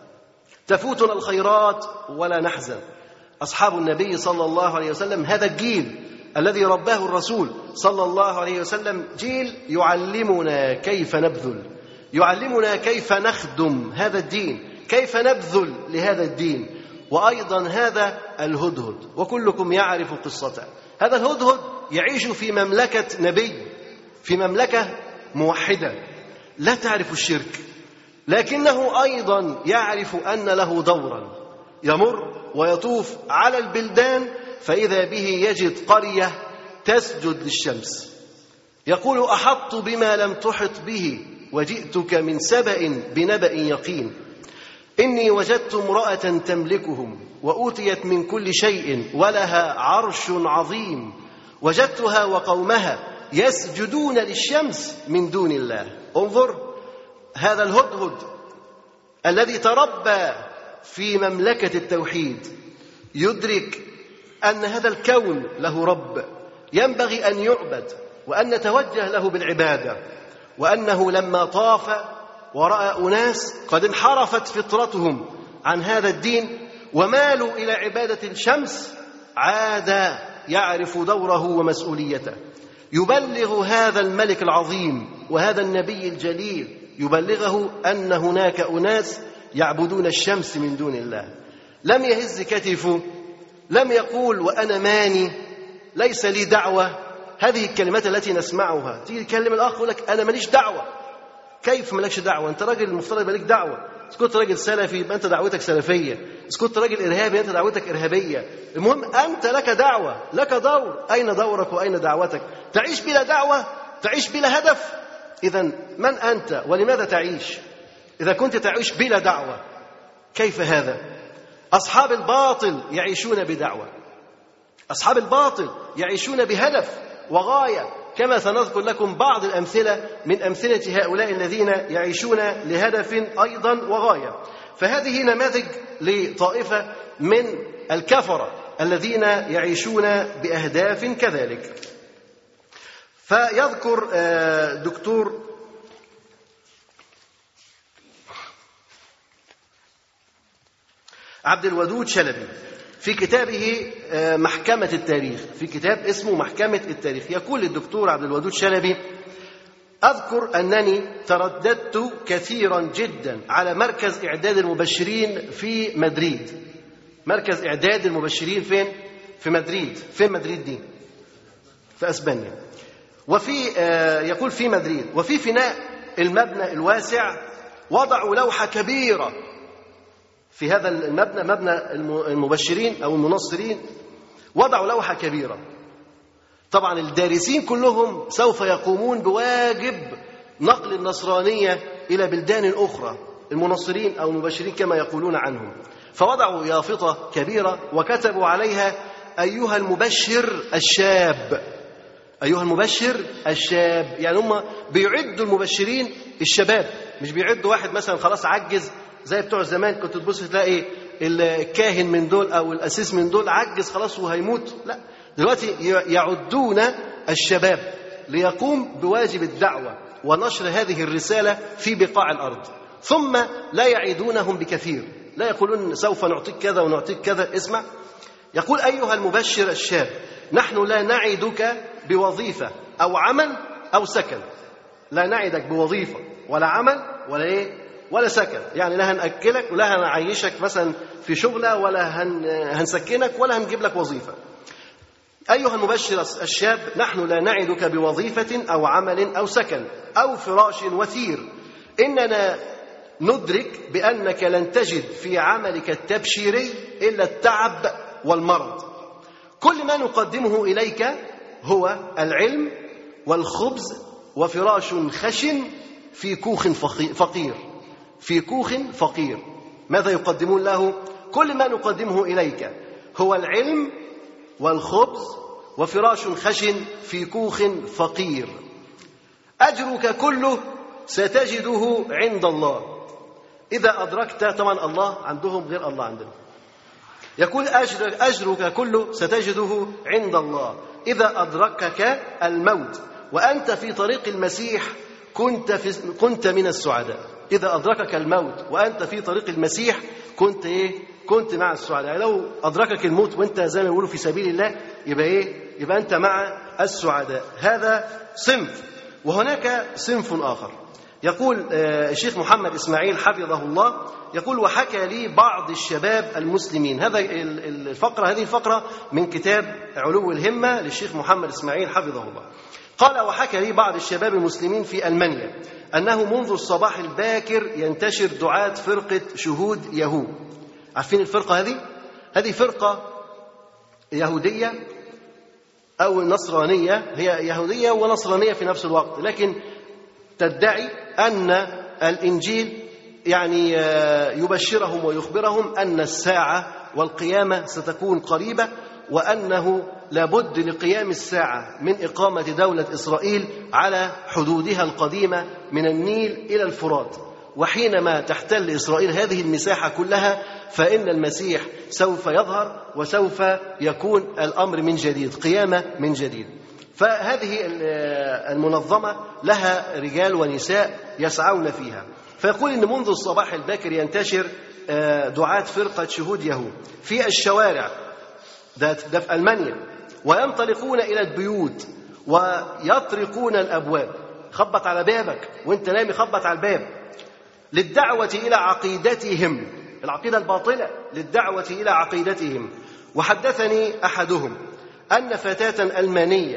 تفوتنا الخيرات ولا نحزن. أصحاب النبي صلى الله عليه وسلم، هذا الجيل الذي رباه الرسول صلى الله عليه وسلم، جيل يعلمنا كيف نبذل، يعلمنا كيف نخدم هذا الدين، كيف نبذل لهذا الدين. وأيضا هذا الهدهد، وكلكم يعرف قصته. هذا الهدهد يعيش في مملكة نبي، في مملكة موحدة لا تعرف الشرك، لكنه أيضا يعرف أن له دورا، يمر ويطوف على البلدان فإذا به يجد قرية تسجد للشمس، يقول أحطت بما لم تحط به وجئتك من سبأ بنبأ يقين، إني وجدت امرأة تملكهم وأوتيت من كل شيء ولها عرش عظيم، وجدتها وقومها يسجدون للشمس من دون الله. انظر هذا الهدهد الذي تربى في مملكة التوحيد، يدرك أن هذا الكون له رب ينبغي أن يعبد وأن نتوجه له بالعبادة، وأنه لما طاف ورأى أناس قد انحرفت فطرتهم عن هذا الدين ومالوا إلى عبادة الشمس، عاد يعرف دوره ومسؤوليته، يبلغ هذا الملك العظيم وهذا النبي الجليل، يبلغه أن هناك أناس يعبدون الشمس من دون الله. لم يهز كتفه، لم يقول وأنا ماني، ليس لي دعوة، هذه الكلمات التي نسمعها، تيجي تكلم الأخ يقول لك أنا ماليش دعوة. كيف مالكش دعوة؟ أنت راجل المفترض يبقى لك دعوة. إذا كنت راجل سلفي يبقى أنت دعوتك سلفية، إذا كنت راجل إرهابي أنت دعوتك إرهابية. المهم أنت لك دعوة، لك دور. أين دورك وأين دعوتك؟ تعيش بلا دعوة، تعيش بلا هدف. إذن من أنت ولماذا تعيش؟ إذا كنت تعيش بلا دعوة كيف هذا؟ أصحاب الباطل يعيشون بدعوة، أصحاب الباطل يعيشون بهدف وغاية، كما سنذكر لكم بعض الأمثلة من أمثلة هؤلاء الذين يعيشون لهدف أيضا وغاية. فهذه نماذج لطائفة من الكفرة الذين يعيشون بأهداف كذلك. فيذكر دكتور عبد الودود شلبي في كتابه محكمة التاريخ، في كتاب اسمه محكمة التاريخ، يقول الدكتور عبد الودود شلبي: أذكر أنني ترددت كثيرا جدا على مركز إعداد المبشرين في مدريد. مركز إعداد المبشرين فين؟ في مدريد. فين مدريد دي؟ في أسبانيا. وفي يقول في مدريد، وفي فناء المبنى الواسع وضعوا لوحة كبيرة في هذا المبنى، مبنى المبشرين أو المنصرين، وضعوا لوحة كبيرة. طبعا الدارسين كلهم سوف يقومون بواجب نقل النصرانية إلى بلدان أخرى، المنصرين أو المبشرين كما يقولون عنهم. فوضعوا يافطة كبيرة وكتبوا عليها: أيها المبشر الشاب. أيها المبشر الشاب، يعني هم بيعدوا المبشرين الشباب، مش بيعدوا واحد مثلا خلاص عجز زي بتوع زمان كنت تبص تلاقي الكاهن من دول أو الأسيس من دول عجز خلاص وهيموت. لا، دلوقتي يعدون الشباب ليقوم بواجب الدعوة ونشر هذه الرسالة في بقاع الأرض، ثم لا يعيدونهم بكثير، لا يقولون سوف نعطيك كذا ونعطيك كذا. اسمع، يقول: أيها المبشر الشاب، نحن لا نعدك بوظيفة أو عمل أو سكن. لا نعدك بوظيفة ولا عمل ولا إيه ولا سكن، يعني لا هنأكلك ولا هنعيشك مثلا في شغلة ولا هنسكنك ولا هنجيب لك وظيفة. أيها المبشر الشاب، نحن لا نعدك بوظيفة أو عمل أو سكن أو فراش وثير. إننا ندرك بأنك لن تجد في عملك التبشيري إلا التعب والمرض. كل ما نقدمه إليك هو العلم والخبز وفراش خشن في كوخ فقير. في كوخ فقير. ماذا يقدمون له؟ كل ما نقدمه إليك هو العلم والخبز وفراش خشن في كوخ فقير. أجرك كله ستجده عند الله إذا أدركت. طبعا الله عندهم غير الله عندنا. يقول: أجرك, أجرك كله ستجده عند الله إذا أدركك الموت وأنت في طريق المسيح كنت, في كنت من السعداء. إذا أدركك الموت وأنت في طريق المسيح كنت إيه؟ كنت مع السعداء. يعني لو أدركك الموت وأنت زي ما يقولوا في سبيل الله يبقى إيه؟ يبقى أنت مع السعداء. هذا صنف، وهناك صنف آخر. يقول الشيخ محمد إسماعيل حفظه الله، يقول: وحكى لي بعض الشباب المسلمين. هذا الفقرة هذه الفقرة من كتاب علو الهمة للشيخ محمد إسماعيل حفظه الله. قال: وحكى لي بعض الشباب المسلمين في ألمانيا أنه منذ الصباح الباكر ينتشر دعاة فرقة شهود يهو. عارفين الفرقة هذه؟ هذه فرقة يهودية أو نصرانية، هي يهودية ونصرانية في نفس الوقت، لكن تدعي أن الإنجيل يعني يبشرهم ويخبرهم أن الساعة والقيامة ستكون قريبة، وأنه لابد لقيام الساعة من إقامة دولة إسرائيل على حدودها القديمة من النيل إلى الفرات. وحينما تحتل إسرائيل هذه المساحة كلها فإن المسيح سوف يظهر وسوف يكون الأمر من جديد، قيامة من جديد. فهذه المنظمة لها رجال ونساء يسعون فيها. فيقول إن منذ الصباح الباكر ينتشر دعاة فرقة شهود يهو في الشوارع، ده في ألمانيا، وينطلقون إلى البيوت ويطرقون الأبواب. خبط على بابك وانت نايم، خبط على الباب للدعوة إلى عقيدتهم، العقيدة الباطلة، للدعوة إلى عقيدتهم. وحدثني أحدهم أن فتاة ألمانية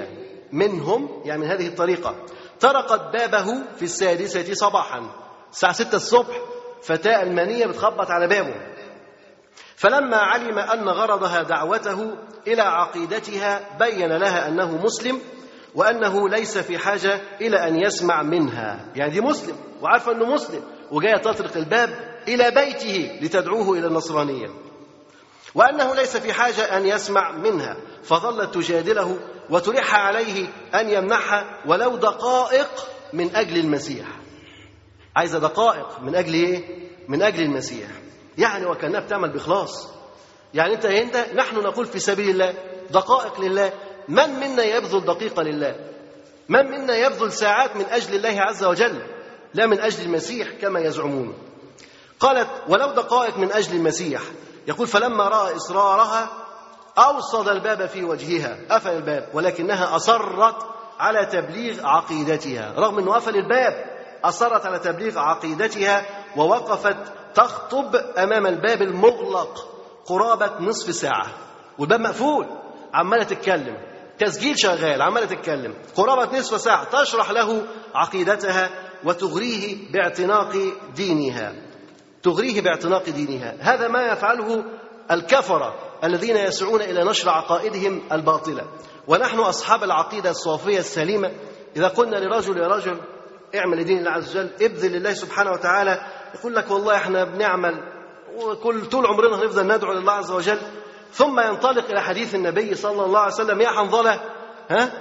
منهم يعني من هذه الطريقة طرقت بابه في السادسة صباحا، الساعة ستة الصبح فتاة ألمانية بتخبط على بابه، فلما علم أن غرضها دعوته إلى عقيدتها بين لها أنه مسلم وأنه ليس في حاجة إلى أن يسمع منها. يعني دي مسلم وعارفة أنه مسلم وجاية تطرق الباب إلى بيته لتدعوه إلى النصرانية، وأنه ليس في حاجة أن يسمع منها، فظلت تجادله وتلح عليه أن يمنحها ولو دقائق من أجل المسيح. عايزة دقائق من أجل إيه؟ من أجل المسيح. يعني وكأنها بتعمل بإخلاص. يعني أنت أنت نحن نقول في سبيل الله، دقائق لله. من منا يبذل دقيقة لله؟ من منا يبذل ساعات من أجل الله عز وجل لا من أجل المسيح كما يزعمون؟ قالت ولو دقائق من أجل المسيح. يقول فلما رأى إصرارها أوصد الباب في وجهها، قفل الباب، ولكنها أصرت على تبليغ عقيدتها. رغم أنه قفل الباب أصرت على تبليغ عقيدتها ووقفت تخطب أمام الباب المغلق قرابة نصف ساعة، والباب مقفول، عمالة تتكلم، تسجيل شغال، عمالة تتكلم قرابة نصف ساعة تشرح له عقيدتها وتغريه باعتناق دينها تغريه باعتناق دينها. هذا ما يفعله الكفرة الذين يسعون إلى نشر عقائدهم الباطلة. ونحن أصحاب العقيدة الصافية السليمة إذا قلنا لرجل يا رجل اعمل لدين الله عز وجل، ابذل لله سبحانه وتعالى، يقول لك والله احنا بنعمل وكل طول عمرنا هنفضل ندعو لله عز وجل، ثم ينطلق إلى حديث النبي صلى الله عليه وسلم يا حنظلة ها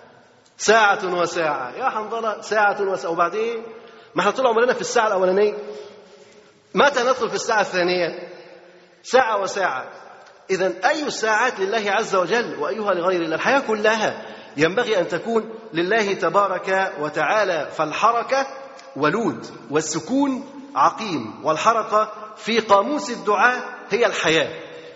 ساعة وساعة، يا حنظلة ساعة وساعة، وبعدين ما احنا طول عمرنا في الساعة الأولانية، متى ندخل في الساعة الثانية؟ ساعة وساعة. إذن أي الساعات لله عز وجل وأيها لغير الله؟ الحياة كلها ينبغي أن تكون لله تبارك وتعالى. فالحركة ولود والسكون عقيم، والحركة في قاموس الدعاء هي الحياة،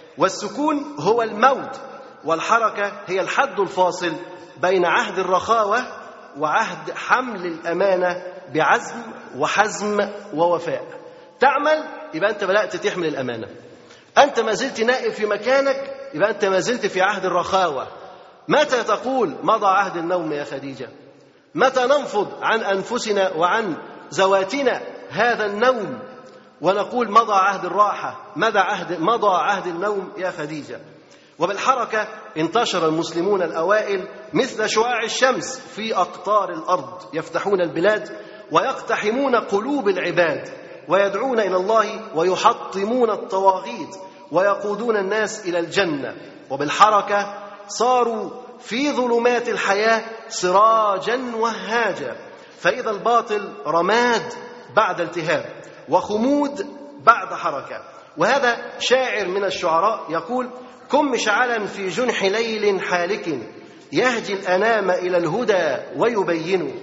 والسكون هو الموت، والحركة هي الحد الفاصل بين عهد الرخاوة وعهد حمل الأمانة بعزم وحزم ووفاء. تعمل يبقى أنت بدأت تحمل الأمانة، أنت ما زلت نائم في مكانك يبقى أنت ما زلت في عهد الرخاوة. متى تقول مضى عهد النوم يا خديجة؟ متى ننفض عن أنفسنا وعن ذواتنا هذا النوم ونقول مضى عهد الراحة؟ مضى عهد, مضى عهد النوم يا خديجة. وبالحركة انتشر المسلمون الأوائل مثل شعاع الشمس في أقطار الأرض، يفتحون البلاد ويقتحمون قلوب العباد ويدعون إلى الله ويحطمون الطواغيت ويقودون الناس إلى الجنة. وبالحركة صاروا في ظلمات الحياة سراجا وهاجا، فإذا الباطل رماد بعد التهاب وخمود بعد حركة. وهذا شاعر من الشعراء يقول كن مشعلا في جنح ليل حالك يهدي الأنام إلى الهدى ويبين،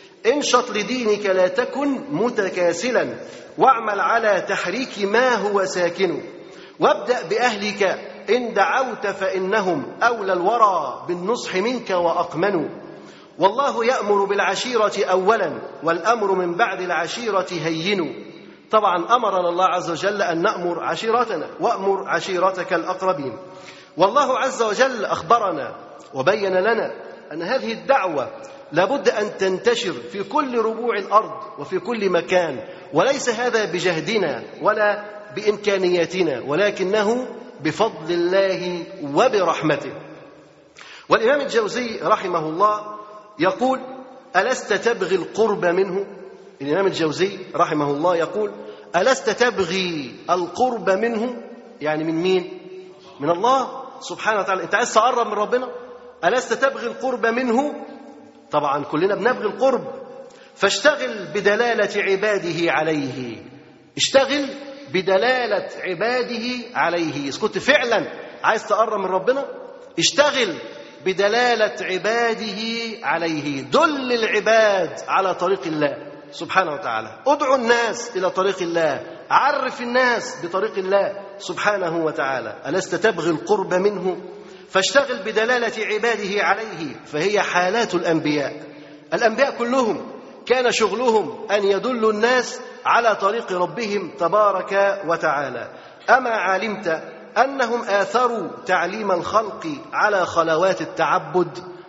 انشط لدينك لا تكن متكاسلا واعمل على تحريك ما هو ساكن، وابدأ بأهلك إن دعوت فإنهم أولى الورى بالنصح منك وأقمنوا، والله يأمر بالعشيرة أولا والأمر من بعد العشيرة هين. طبعا أمرنا الله عز وجل أن نأمر عشيرتنا وأمر عشيرتك الأقربين. والله عز وجل أخبرنا وبين لنا أن هذه الدعوة لابد أن تنتشر في كل ربوع الأرض وفي كل مكان، وليس هذا بجهدنا ولا بإمكانياتنا ولكنه بفضل الله وبرحمته. والإمام الجوزي رحمه الله يقول ألست تبغي القرب منه؟ الإمام الجوزي رحمه الله يقول ألست تبغي القرب منه؟ يعني من مين؟ من الله سبحانه وتعالى. أنت عايز تقرب من ربنا؟ ألست تبغي القرب منه؟ طبعا كلنا بنبغي القرب، فاشتغل بدلالة عباده عليه، اشتغل بدلالة عباده عليه. إذا كنت فعلا عايز تقرب من ربنا اشتغل بدلالة عباده عليه، دل العباد على طريق الله سبحانه وتعالى، ادعو الناس إلى طريق الله، عرف الناس بطريق الله سبحانه وتعالى. ألست تبغي القرب منه؟ فاشتغل بدلالة عباده عليه، فهي حالات الأنبياء. الأنبياء كلهم كان شغلهم أن يدلوا الناس على طريق ربهم تبارك وتعالى. أما علمت أنهم آثروا تعليم الخلق على خلوات التعبد؟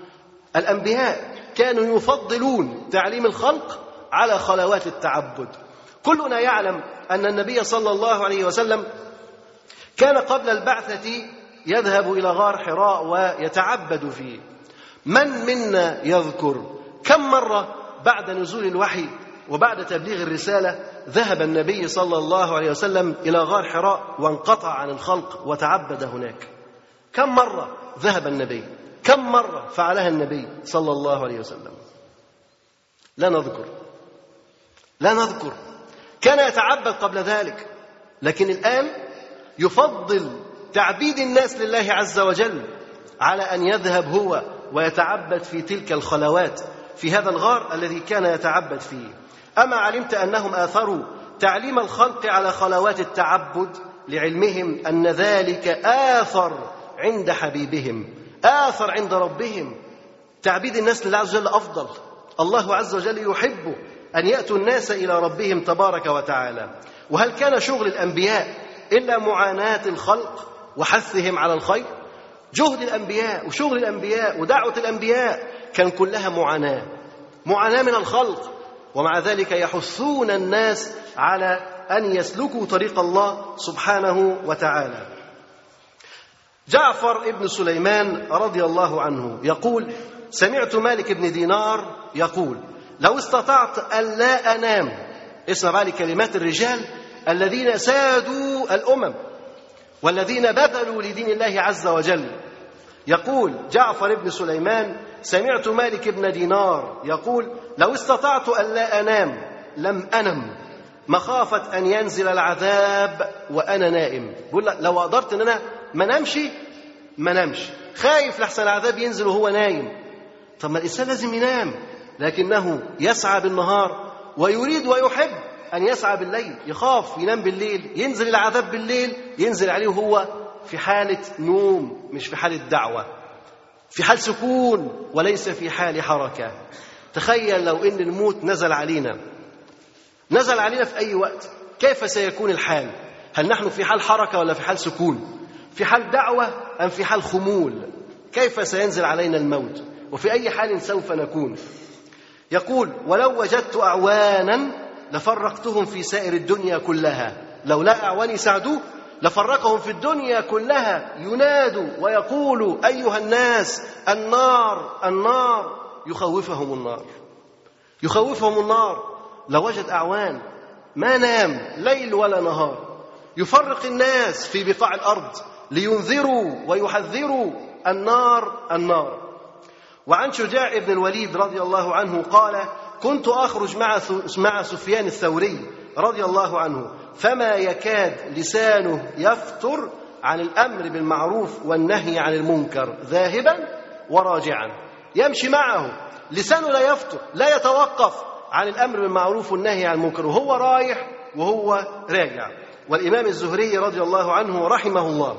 الأنبياء كانوا يفضلون تعليم الخلق على خلوات التعبد. كلنا يعلم أن النبي صلى الله عليه وسلم كان قبل البعثة يذهب إلى غار حراء ويتعبد فيه. من منا يذكر كم مرة بعد نزول الوحي وبعد تبليغ الرسالة ذهب النبي صلى الله عليه وسلم إلى غار حراء وانقطع عن الخلق وتعبد هناك؟ كم مرة ذهب النبي؟ كم مرة فعلها النبي صلى الله عليه وسلم؟ لا نذكر لا نذكر كان يتعبد قبل ذلك، لكن الآن يفضل تعبيد الناس لله عز وجل على أن يذهب هو ويتعبد في تلك الخلوات في هذا الغار الذي كان يتعبد فيه. أما علمت أنهم آثروا تعليم الخلق على خلوات التعبد لعلمهم أن ذلك آثر عند حبيبهم، آثر عند ربهم. تعبيد الناس لله عز وجل أفضل. الله عز وجل يحب أن يأتوا الناس إلى ربهم تبارك وتعالى. وهل كان شغل الأنبياء إلا معاناة الخلق وحثهم على الخير؟ جهد الأنبياء وشغل الأنبياء ودعوة الأنبياء كان كلها معاناة معاناة من الخلق، ومع ذلك يحثون الناس على أن يسلكوا طريق الله سبحانه وتعالى. جعفر ابن سليمان رضي الله عنه يقول: سمعت مالك بن دينار يقول: لو استطعت أن لا أنام. اسمع بقى لكلمات الرجال الذين سادوا الأمم والذين بذلوا لدين الله عز وجل. يقول جعفر بن سليمان: سمعت مالك بن دينار يقول: لو استطعت أن لا أنام لم أنم مخافة أن ينزل العذاب وأنا نائم. بقول لو قدرت أن أنا ما نمشي ما نمشي، خايف لحسن العذاب ينزل وهو نايم. طب ما الإنسان لازم ينام، لكنه يسعى بالنهار ويريد ويحب أن يسعى بالليل. يخاف ينام بالليل ينزل العذاب بالليل، ينزل عليه وهو في حالة نوم مش في حالة دعوة، في حال سكون وليس في حال حركة. تخيل لو إن الموت نزل علينا نزل علينا في أي وقت، كيف سيكون الحال؟ هل نحن في حال حركة ولا في حال سكون؟ في حال دعوة أم في حال خمول؟ كيف سينزل علينا الموت وفي أي حال سوف نكون؟ يقول: ولو وجدت أعوانا لفرقتهم في سائر الدنيا كلها. لو لا أعوان يساعدوه لفرقهم في الدنيا كلها، ينادوا ويقولوا: أيها الناس النار النار، يخوفهم النار يخوفهم النار. لو وجد أعوان ما نام ليل ولا نهار، يفرق الناس في بقاع الأرض لينذروا ويحذروا النار النار. وعن شجاع بن الوليد رضي الله عنه قال: كنت أخرج مع مع سفيان الثوري رضي الله عنه، فما يكاد لسانه يفتر عن الأمر بالمعروف والنهي عن المنكر ذاهبا وراجعا. يمشي معه لسانه لا يفتر، لا يتوقف عن الأمر بالمعروف والنهي عن المنكر، وهو رايح وهو راجع. والإمام الزهري رضي الله عنه رحمه الله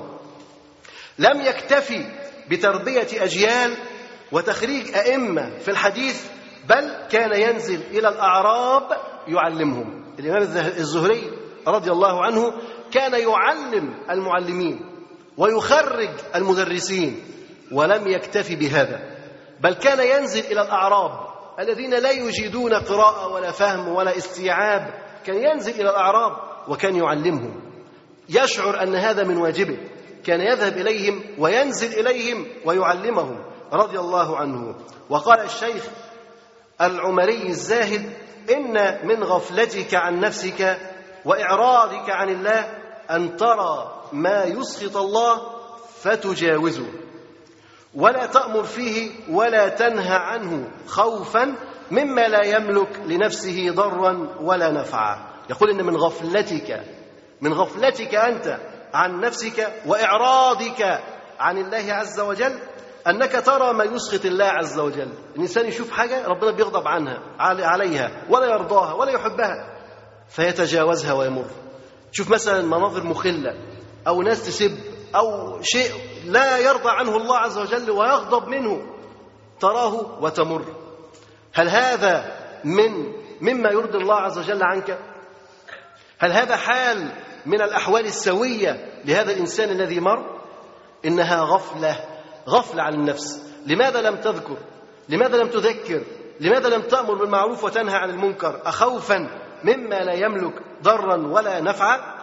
لم يكتفي بتربية أجيال وتخريج أئمة في الحديث، بل كان ينزل إلى الأعراب يعلمهم. الإمام الزهري رضي الله عنه كان يعلم المعلمين ويخرج المدرسين، ولم يكتفي بهذا، بل كان ينزل إلى الأعراب الذين لا يجيدون قراءة ولا فهم ولا استيعاب. كان ينزل إلى الأعراب وكان يعلمهم، يشعر أن هذا من واجبه. كان يذهب إليهم وينزل إليهم ويعلمهم رضي الله عنه. وقال الشيخ العمري الزاهد: إن من غفلتك عن نفسك وإعراضك عن الله أن ترى ما يسخط الله فتجاوزه، ولا تأمر فيه ولا تنهى عنه خوفا مما لا يملك لنفسه ضرا ولا نفعا. يقول إن من غفلتك من غفلتك أنت عن نفسك وإعراضك عن الله عز وجل أنك ترى ما يسخط الله عز وجل. الإنسان يشوف حاجة ربنا بيغضب عنها عليها ولا يرضاها ولا يحبها فيتجاوزها ويمر. شوف مثلا مناظر مخلة أو ناس تسب أو شيء لا يرضى عنه الله عز وجل ويغضب منه، تراه وتمر. هل هذا من مما يرضي الله عز وجل عنك؟ هل هذا حال من الأحوال السوية لهذا الإنسان الذي مر؟ إنها غفلة غفلة عن النفس. لماذا لم تذكر لماذا لم تذكر؟ لماذا لم تأمر بالمعروف وتنهى عن المنكر؟ أخوفا مما لا يملك ضرا ولا نفعا؟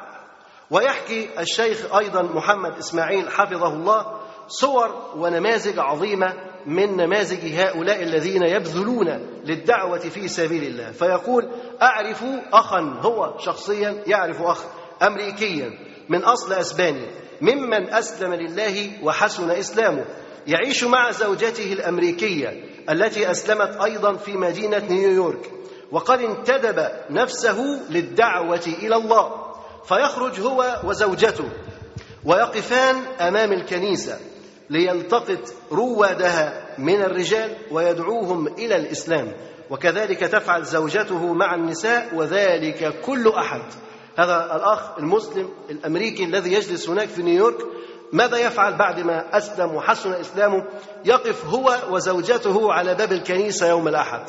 ويحكي الشيخ أيضا محمد إسماعيل حفظه الله صور ونماذج عظيمة من نماذج هؤلاء الذين يبذلون للدعوة في سبيل الله. فيقول: أعرف أخا، هو شخصيا يعرف أخ أمريكيا من أصل أسباني ممن أسلم لله وحسن إسلامه، يعيش مع زوجته الأمريكية التي أسلمت أيضا في مدينة نيويورك، وقد انتدب نفسه للدعوة إلى الله، فيخرج هو وزوجته ويقفان أمام الكنيسة ليلتقط روادها من الرجال ويدعوهم إلى الإسلام، وكذلك تفعل زوجته مع النساء، وذلك كل أحد. هذا الأخ المسلم الأمريكي الذي يجلس هناك في نيويورك ماذا يفعل بعد ما أسلم وحسن إسلامه؟ يقف هو وزوجته على باب الكنيسة يوم الأحد،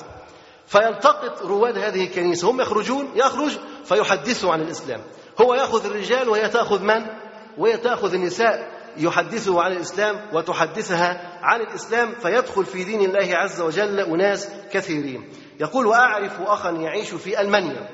فيلتقط رواد هذه الكنيسة، هم يخرجون، يخرج فيحدثوا عن الإسلام، هو يأخذ الرجال وهي تأخذ من؟ وهي تأخذ النساء، يحدثه عن الإسلام وتحدثها عن الإسلام، فيدخل في دين الله عز وجل أناس كثيرين. يقول: وأعرف أخا يعيش في ألمانيا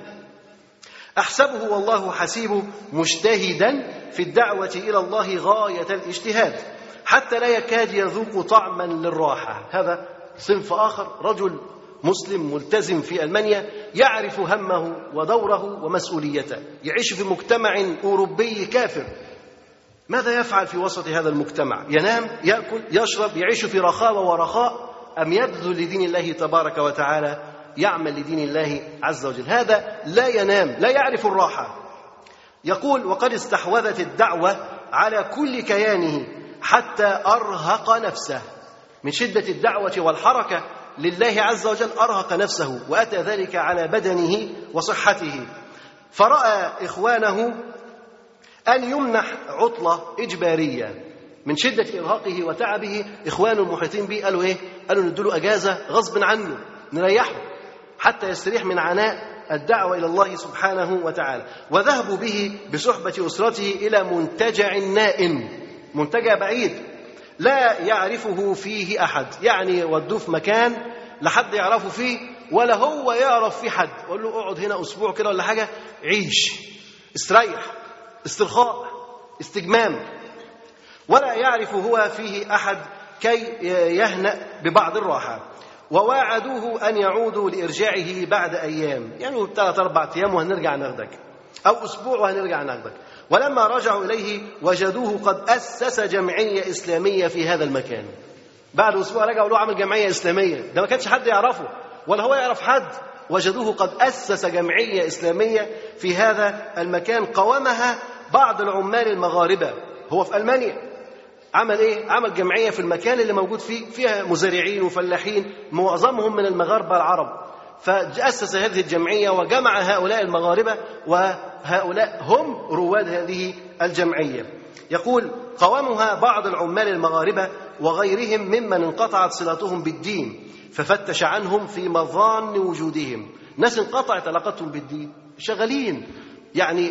أحسبه والله حسيبه مجتهدا في الدعوة إلى الله غاية الاجتهاد حتى لا يكاد يذوق طعما للراحة. هذا صنف آخر، رجل مسلم ملتزم في ألمانيا يعرف همه ودوره ومسؤوليته، يعيش في مجتمع أوروبي كافر. ماذا يفعل في وسط هذا المجتمع؟ ينام، يأكل، يشرب، يعيش في رخاوة ورخاء، أم يبذل لدين الله تبارك وتعالى، يعمل لدين الله عز وجل؟ هذا لا ينام، لا يعرف الراحة. يقول: وقد استحوذت الدعوة على كل كيانه حتى أرهق نفسه، من شدة الدعوة والحركة لله عز وجل أرهق نفسه، وأتى ذلك على بدنه وصحته، فرأى إخوانه أن يمنح عطلة إجبارية. من شدة إرهاقه وتعبه إخوانه المحيطين به قالوا إيه؟ قالوا نديله أجازة غصب عنه، نريحه حتى يستريح من عناء الدعوة إلى الله سبحانه وتعالى. وذهبوا به بصحبة أسرته إلى منتجع نائم، منتجع بعيد لا يعرفه فيه أحد، يعني ودوه في مكان لحد يعرفه فيه ولا هو يعرف فيه حد، قال له اقعد هنا أسبوع كده ولا حاجة، عيش، استريح، استرخاء، استجمام، ولا يعرف هو فيه أحد كي يهنأ ببعض الراحة. وواعدوه أن يعودوا لإرجاعه بعد أيام، يعني ثلاث أربع أيام وهنرجع ناخدك، أو أسبوع وهنرجع ناخدك. ولما رجعوا إليه وجدوه قد أسس جمعية إسلامية في هذا المكان. بعد أسبوع رجعوا له عمل جمعية إسلامية، ده ما كانش حد يعرفه ولا هو يعرف حد. وجدوه قد أسس جمعية إسلامية في هذا المكان قومها بعض العمال المغاربة. هو في ألمانيا عمل إيه؟ عمل جمعية في المكان اللي موجود فيه، فيها مزارعين وفلاحين معظمهم من المغاربة العرب، فأسس هذه الجمعية وجمع هؤلاء المغاربة، وهؤلاء هم رواد هذه الجمعية. يقول: قومها بعض العمال المغاربة وغيرهم ممن انقطعت صلتهم بالدين، ففتش عنهم في مظان وجودهم. ناس انقطعت علاقتهم بالدين، شغالين يعني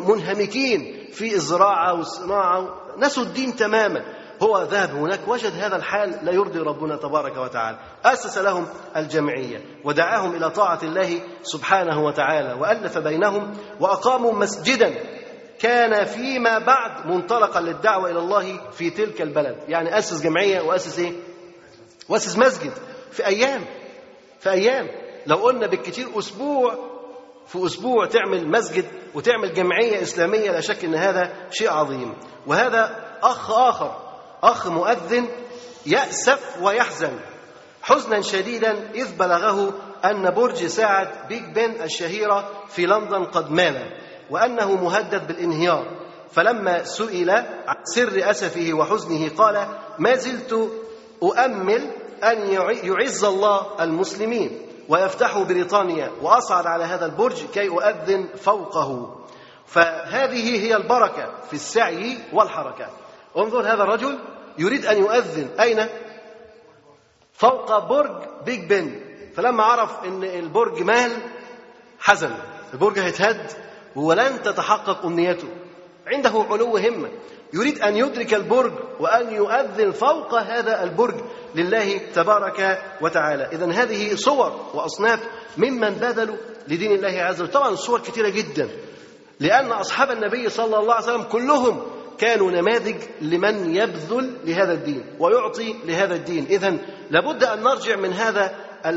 منهمكين في الزراعة والصناعة، نسوا الدين تماما. هو ذهب هناك وجد هذا الحال لا يرضي ربنا تبارك وتعالى، أسس لهم الجمعية ودعاهم إلى طاعة الله سبحانه وتعالى، وألف بينهم وأقاموا مسجدا كان فيما بعد منطلقا للدعوة إلى الله في تلك البلد. يعني أسس جمعية وأسس إيه؟ وأسس مسجد في أيام في أيام لو قلنا بالكثير أسبوع، في أسبوع تعمل مسجد وتعمل جمعية إسلامية، لا شك أن هذا شيء عظيم. وهذا أخ آخر، أخ مؤذن يأسف ويحزن حزنا شديدا إذ بلغه أن برج ساعة بيج بن الشهيرة في لندن قد مال، وأنه مهدد بالانهيار. فلما سئل عن سر أسفه وحزنه قال: ما زلت أؤمل أن يعز الله المسلمين ويفتح بريطانيا وأصعد على هذا البرج كي أؤذن فوقه. فهذه هي البركة في السعي والحركة. انظر، هذا الرجل يريد أن يؤذن أين؟ فوق برج بيج بن. فلما عرف أن البرج مال حزن، البرج هيتهد ولن تتحقق أمنيته. عنده علو همة، يريد أن يدرك البرج وأن يؤذن فوق هذا البرج لله تبارك وتعالى. إذن هذه صور وأصناف ممن بذلوا لدين الله عز وجل. طبعا الصور كثيرة جدا، لأن أصحاب النبي صلى الله عليه وسلم كلهم كانوا نماذج لمن يبذل لهذا الدين ويعطي لهذا الدين. إذن لابد أن نرجع من هذا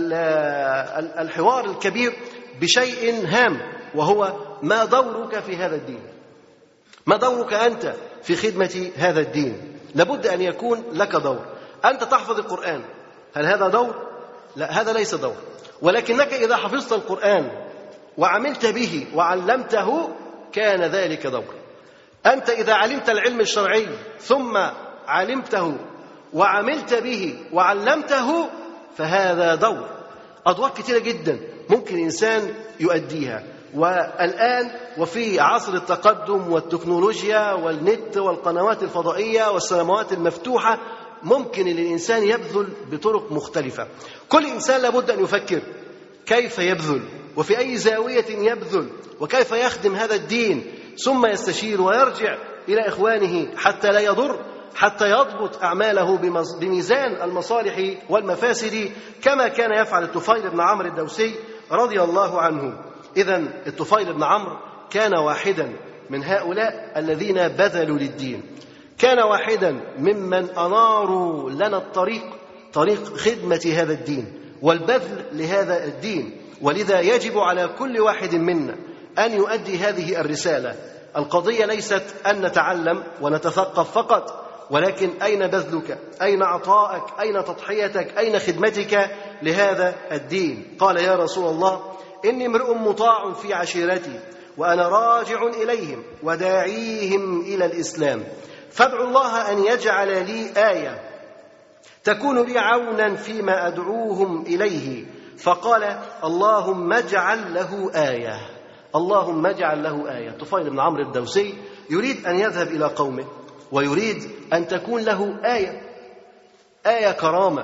الحوار الكبير بشيء هام، وهو ما دورك في هذا الدين، ما دورك أنت في خدمة هذا الدين. لابد أن يكون لك دور. أنت تحفظ القرآن، هل هذا دور؟ لا، هذا ليس دور، ولكنك إذا حفظت القرآن وعملت به وعلمته كان ذلك دور. أنت إذا علمت العلم الشرعي ثم علمته وعملت به وعلمته فهذا دور. أدوار كثيرة جدا ممكن الإنسان يؤديها. والآن وفي عصر التقدم والتكنولوجيا والنت والقنوات الفضائية والسماوات المفتوحة ممكن الإنسان يبذل بطرق مختلفة. كل إنسان لابد أن يفكر كيف يبذل وفي أي زاوية يبذل وكيف يخدم هذا الدين، ثم يستشير ويرجع إلى إخوانه حتى لا يضر، حتى يضبط أعماله بميزان المصالح والمفاسد، كما كان يفعل الطفيل بن عمرو الدوسي رضي الله عنه. إذن الطفيل بن عمرو كان واحدا من هؤلاء الذين بذلوا للدين، كان واحدا ممن أناروا لنا الطريق، طريق خدمة هذا الدين والبذل لهذا الدين. ولذا يجب على كل واحد منا أن يؤدي هذه الرسالة. القضية ليست أن نتعلم ونتثقف فقط، ولكن أين بذلك؟ أين عطائك؟ أين تضحيتك؟ أين خدمتك لهذا الدين؟ قال يا رسول الله إني امرؤ مطاع في عشيرتي وأنا راجع إليهم وداعيهم إلى الإسلام، فادعوا الله أن يجعل لي آية تكون لي عونا فيما أدعوهم إليه. فقال اللهم اجعل له آية، اللهم اجعل له آية. طفيل بن عمرو الدوسي يريد أن يذهب إلى قومه ويريد أن تكون له آية، آية كرامة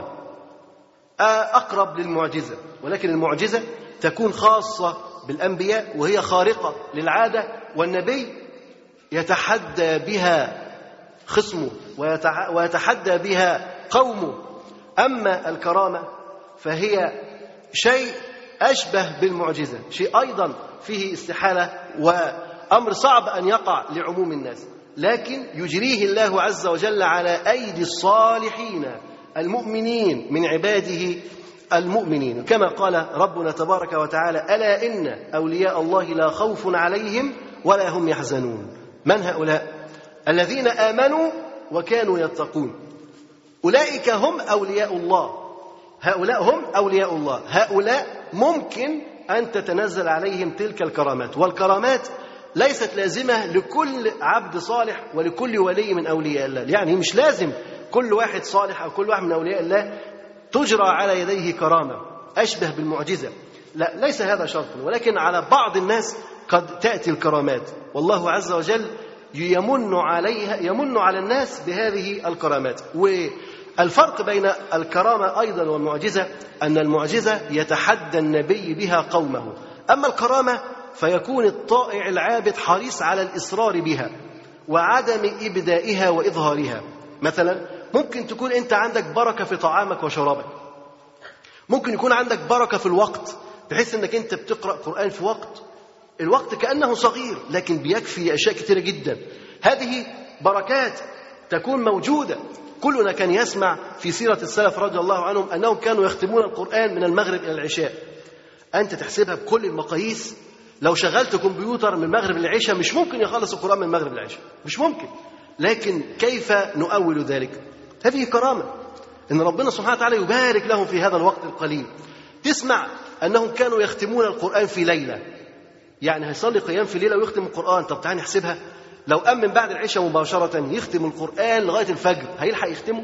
أقرب للمعجزة، ولكن المعجزة تكون خاصة بالأنبياء وهي خارقة للعادة، والنبي يتحدى بها خصمه ويتحدى بها قومه. أما الكرامة فهي شيء أشبه بالمعجزة، شيء أيضا فيه استحالة وأمر صعب أن يقع لعموم الناس، لكن يجريه الله عز وجل على أيدي الصالحين المؤمنين من عباده المؤمنين، كما قال ربنا تبارك وتعالى ألا إن أولياء الله لا خوف عليهم ولا هم يحزنون. من هؤلاء؟ الذين آمنوا وكانوا يتقون، أولئك هم أولياء الله، هؤلاء هم أولياء الله، هؤلاء ممكن أن تتنزل عليهم تلك الكرامات. والكرامات ليست لازمة لكل عبد صالح ولكل ولي من أولياء الله، يعني مش لازم كل واحد صالح أو كل واحد من أولياء الله تجرى على يديه كرامة أشبه بالمعجزة، لا، ليس هذا شرطا، ولكن على بعض الناس قد تأتي الكرامات، والله عز وجل يمن عليها، يمن على الناس بهذه الكرامات. والفرق بين الكرامة أيضا والمعجزة أن المعجزة يتحدى النبي بها قومه، أما الكرامة فيكون الطائع العابد حريص على الإصرار بها وعدم إبدائها وإظهارها. مثلا ممكن تكون أنت عندك بركة في طعامك وشرابك، ممكن يكون عندك بركة في الوقت بحيث أنك أنت بتقرأ قرآن في وقت، الوقت كأنه صغير لكن بيكفي أشياء كثيرة جدا. هذه بركات تكون موجودة. كلنا كان يسمع في سيرة السلف رضي الله عنهم أنهم كانوا يختمون القرآن من المغرب إلى العشاء. أنت تحسبها بكل المقاييس، لو شغلت كمبيوتر من المغرب للعشاء مش ممكن يخلص القرآن من المغرب للعشاء، مش ممكن. لكن كيف نؤول ذلك؟ هذه كرامة إن ربنا سبحانه وتعالى يبارك لهم في هذا الوقت القليل. تسمع أنهم كانوا يختمون القرآن في ليلة، يعني هيصلي قيام في ليلة ويختم القرآن. طب تعالى نحسبها، لو قام من بعد العشاء مباشرة يختم القرآن لغاية الفجر، هيلحق يختمه؟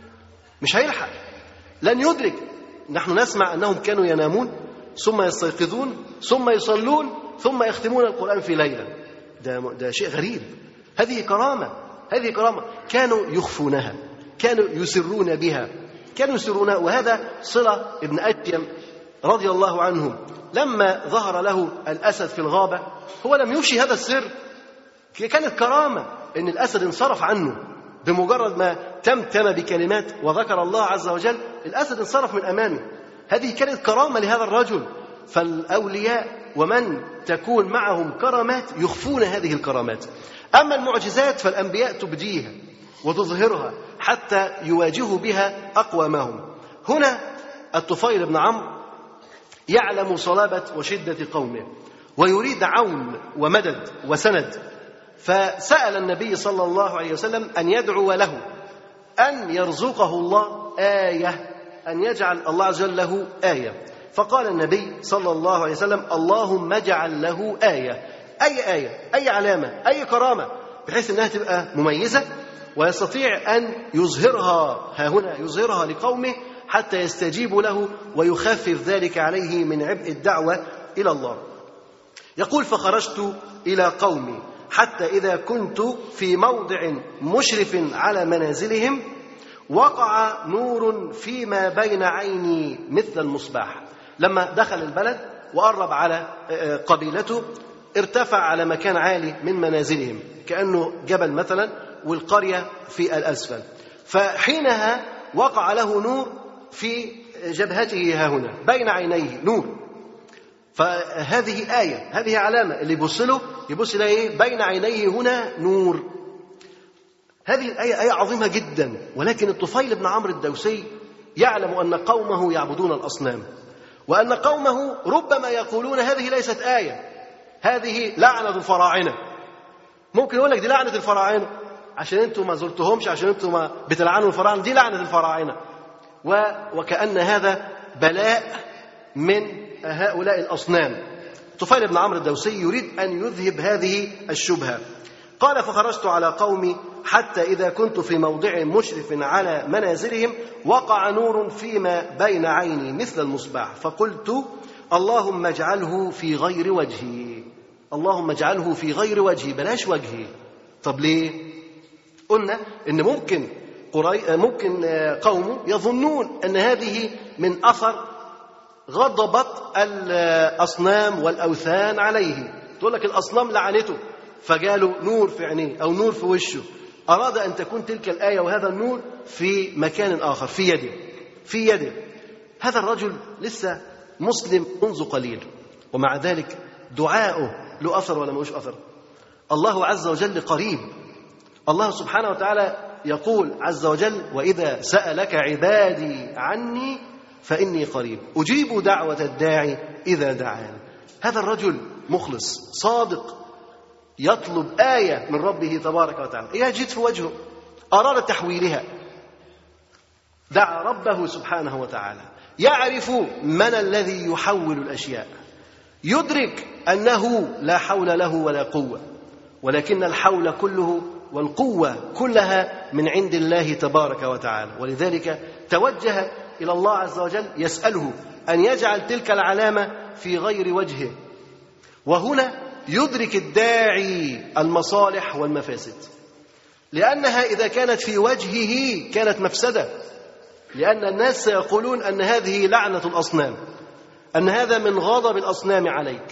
مش هيلحق، لن يدرك. نحن نسمع أنهم كانوا ينامون ثم يستيقظون ثم يصلون ثم يختمون القرآن في ليلة. ده, ده شيء غريب. هذه كرامة، هذه كرامة كانوا يخفونها، كانوا يسرون بها، كانوا يسرونها. وهذا صلة ابن أتيم رضي الله عنه لما ظهر له الأسد في الغابة هو لم يفشي هذا السر، كانت كرامة إن الأسد انصرف عنه بمجرد ما تمتم بكلمات وذكر الله عز وجل، الأسد انصرف من أمامه. هذه كانت كرامة لهذا الرجل. فالأولياء ومن تكون معهم كرامات يخفون هذه الكرامات. أما المعجزات فالأنبياء تبديها وتظهرها حتى يواجهوا بها أقوامهم. هنا الطفيل بن عمرو يعلم صلابة وشدة قومه ويريد عون ومدد وسند، فسأل النبي صلى الله عليه وسلم أن يدعو له أن يرزقه الله آية، أن يجعل الله عز وجل له آية. فقال النبي صلى الله عليه وسلم: اللهم اجعل له آية. أي آية؟ أي علامة؟ أي كرامة؟ بحيث أنها تبقى مميزة ويستطيع أن يظهرها، ها هنا يظهرها لقومه حتى يستجيبوا له ويخفف ذلك عليه من عبء الدعوة إلى الله. يقول: فخرجت إلى قومي حتى إذا كنت في موضع مشرف على منازلهم وقع نور فيما بين عيني مثل المصباح. لما دخل البلد وقرب على قبيلته ارتفع على مكان عالي من منازلهم كأنه جبل مثلا، والقرية في الأسفل. فحينها وقع له نور في جبهته ها هنا بين عينيه نور. فهذه آية، هذه علامة. اللي يبص له يبص له إيه؟ بين عينيه هنا نور. هذه الآية آية عظيمة جدا. ولكن الطفيل بن عمرو الدوسي يعلم أن قومه يعبدون الأصنام، وأن قومه ربما يقولون هذه ليست آية، هذه لعنة الفراعنة. ممكن يقول لك دي لعنة الفراعنة عشان أنتم ما زرتهمش، عشان أنتم ما بتلعنوا الفراعنة، دي لعنة الفراعنة. وكأن هذا بلاء من هؤلاء الأصنام. طفيل بن عمرو الدوسي يريد أن يذهب هذه الشبهة. قال: فخرجت على قومي حتى إذا كنت في موضع مشرف على منازلهم وقع نور فيما بين عيني مثل المصباح، فقلت: اللهم اجعله في غير وجهي، اللهم اجعله في غير وجهي، بلاش وجهي. طب ليه؟ قلنا إن ممكن قري... ممكن قومه يظنون أن هذه من أثر غضبت الأصنام والأوثان عليه. تقول لك الأصنام لعنته فجاله نور في عينيه أو نور في وشه. أراد أن تكون تلك الآية وهذا النور في مكان آخر، في يده في يده هذا الرجل لسه مسلم منذ قليل، ومع ذلك دعاؤه له أثر ولا ملوش أثر؟ الله عز وجل قريب. الله سبحانه وتعالى يقول عز وجل: وإذا سألك عبادي عني فإني قريب أجيب دعوة الداعي إذا دعان. هذا الرجل مخلص صادق يطلب آية من ربه تبارك وتعالى، يجد في وجهه، أراد تحويلها، دعا ربه سبحانه وتعالى، يعرف من الذي يحول الأشياء، يدرك أنه لا حول له ولا قوة، ولكن الحول كله والقوة كلها من عند الله تبارك وتعالى. ولذلك توجه إلى الله عز وجل يسأله أن يجعل تلك العلامة في غير وجهه. وهنا يدرك الداعي المصالح والمفاسد، لأنها إذا كانت في وجهه كانت مفسدة، لأن الناس سيقولون أن هذه لعنة الأصنام، أن هذا من غضب الأصنام عليك.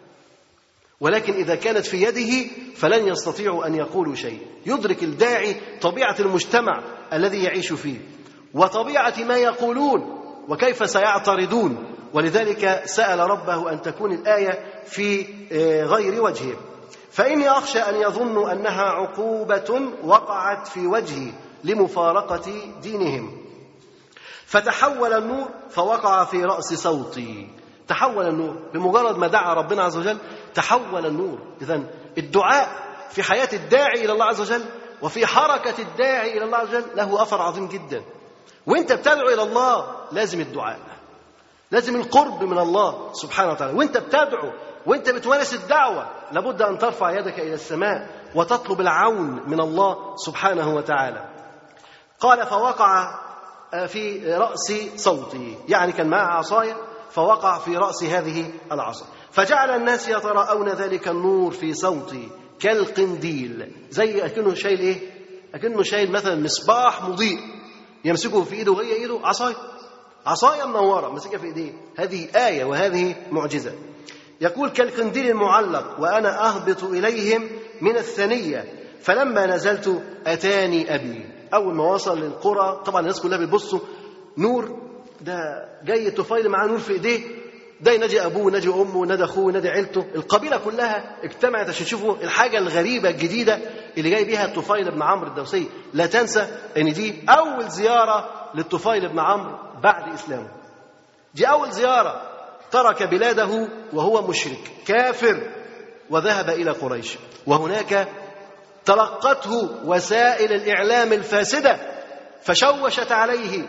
ولكن إذا كانت في يده فلن يستطيعوا أن يقولوا شيء. يدرك الداعي طبيعة المجتمع الذي يعيش فيه وطبيعة ما يقولون وكيف سيعترضون، ولذلك سأل ربه أن تكون الآية في غير وجهه. فإني أخشى أن يظنوا أنها عقوبة وقعت في وجهي لمفارقة دينهم. فتحول النور فوقع في رأس صوتي. تحول النور بمجرد ما دعا ربنا عز وجل، تحول النور. إذن الدعاء في حياة الداعي إلى الله عز وجل وفي حركة الداعي إلى الله عز وجل له أثر عظيم جدا. وانت بتدعو إلى الله لازم الدعاء، لازم القرب من الله سبحانه وتعالى. وانت بتدعو وانت بتمارس الدعوة لابد أن ترفع يدك إلى السماء وتطلب العون من الله سبحانه وتعالى. قال: فوقع في رأس صوتي، يعني كان معه عصاية فوقع في رأس هذه العصا، فجعل الناس يتراءون ذلك النور في صوتي كالقنديل، زي أكنه شايل إيه؟ أكنه شايل مثلا مصباح مضيء يمسكه في إيده وهي إيده عصاية، عصاية منورة مسكها في إيديه. هذه آية وهذه معجزة. يقول: كالقنديل المعلق وأنا أهبط إليهم من الثنية فلما نزلت أتاني أبي. أول ما وصل للقرى طبعا الناس كلها بتبصوا، نور ده جاي طفيل معاه نور في إيديه، ده ينادي أبوه ينادي أمه ينادي أخوه ينادي عيلته، القبيلة كلها اجتمعت عشان يشوفوا الحاجة الغريبة الجديدة اللي جاي بيها الطفيل بن عمرو الدوسي. لا تنسى أن دي أول زيارة للطفيل بن عمرو بعد إسلامه، دي أول زيارة، ترك بلاده وهو مشرك كافر وذهب إلى قريش، وهناك تلقته وسائل الإعلام الفاسدة فشوشت عليه،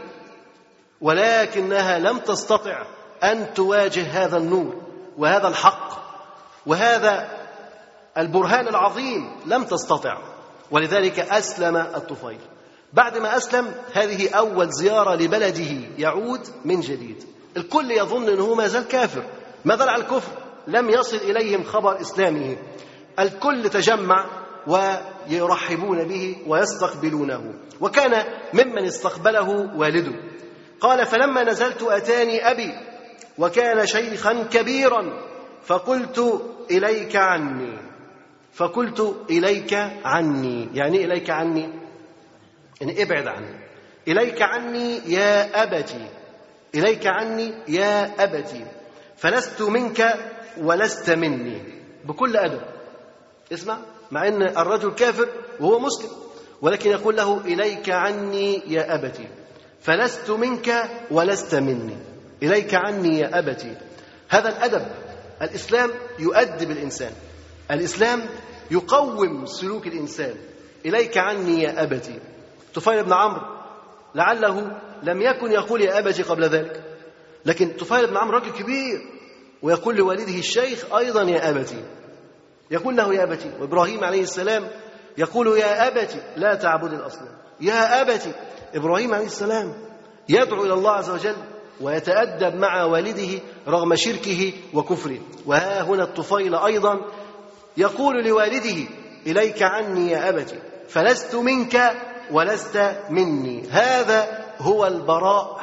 ولكنها لم تستطع أن تواجه هذا النور وهذا الحق وهذا البرهان العظيم، لم تستطع، ولذلك أسلم الطفيل. بعد ما أسلم هذه أول زيارة لبلده، يعود من جديد. الكل يظن أنه ما زال كافر، ما زال على الكفر، لم يصل إليهم خبر إسلامه. الكل تجمع ويرحبون به ويستقبلونه، وكان ممن استقبله والده. قال فلما نزلت أتاني أبي وكان شيخا كبيرا فقلت إليك عني فقلت إليك عني يعني إليك عني يعني ابعد عني، إليك عني يا أبتي، إليك عني يا أبتي، فلست منك ولست مني، بكل أدب. اسمع، مع أن الرجل كافر وهو مسلم، ولكن يقول له إليك عني يا أبتي، فلست منك ولست مني، إليك عني يا أبتي. هذا الأدب، الإسلام يؤدب الإنسان، الإسلام يقوم سلوك الإنسان. إليك عني يا أبتي. طفيل بن عمرو لعله لم يكن يقول يا أبتي قبل ذلك، لكن طفيل بن عمرو رجل كبير ويقول لوالده الشيخ أيضا يا أبتي، يقول له يا أبتي. وإبراهيم عليه السلام يقول يا أبتي لا تعبد الأصنام، يا أبتي. إبراهيم عليه السلام يدعو إلى الله عز وجل ويتأدب مع والده رغم شركه وكفره. وها هنا الطفيل أيضا يقول لوالده إليك عني يا أبتي، فلست منك ولست مني. هذا هو البراء،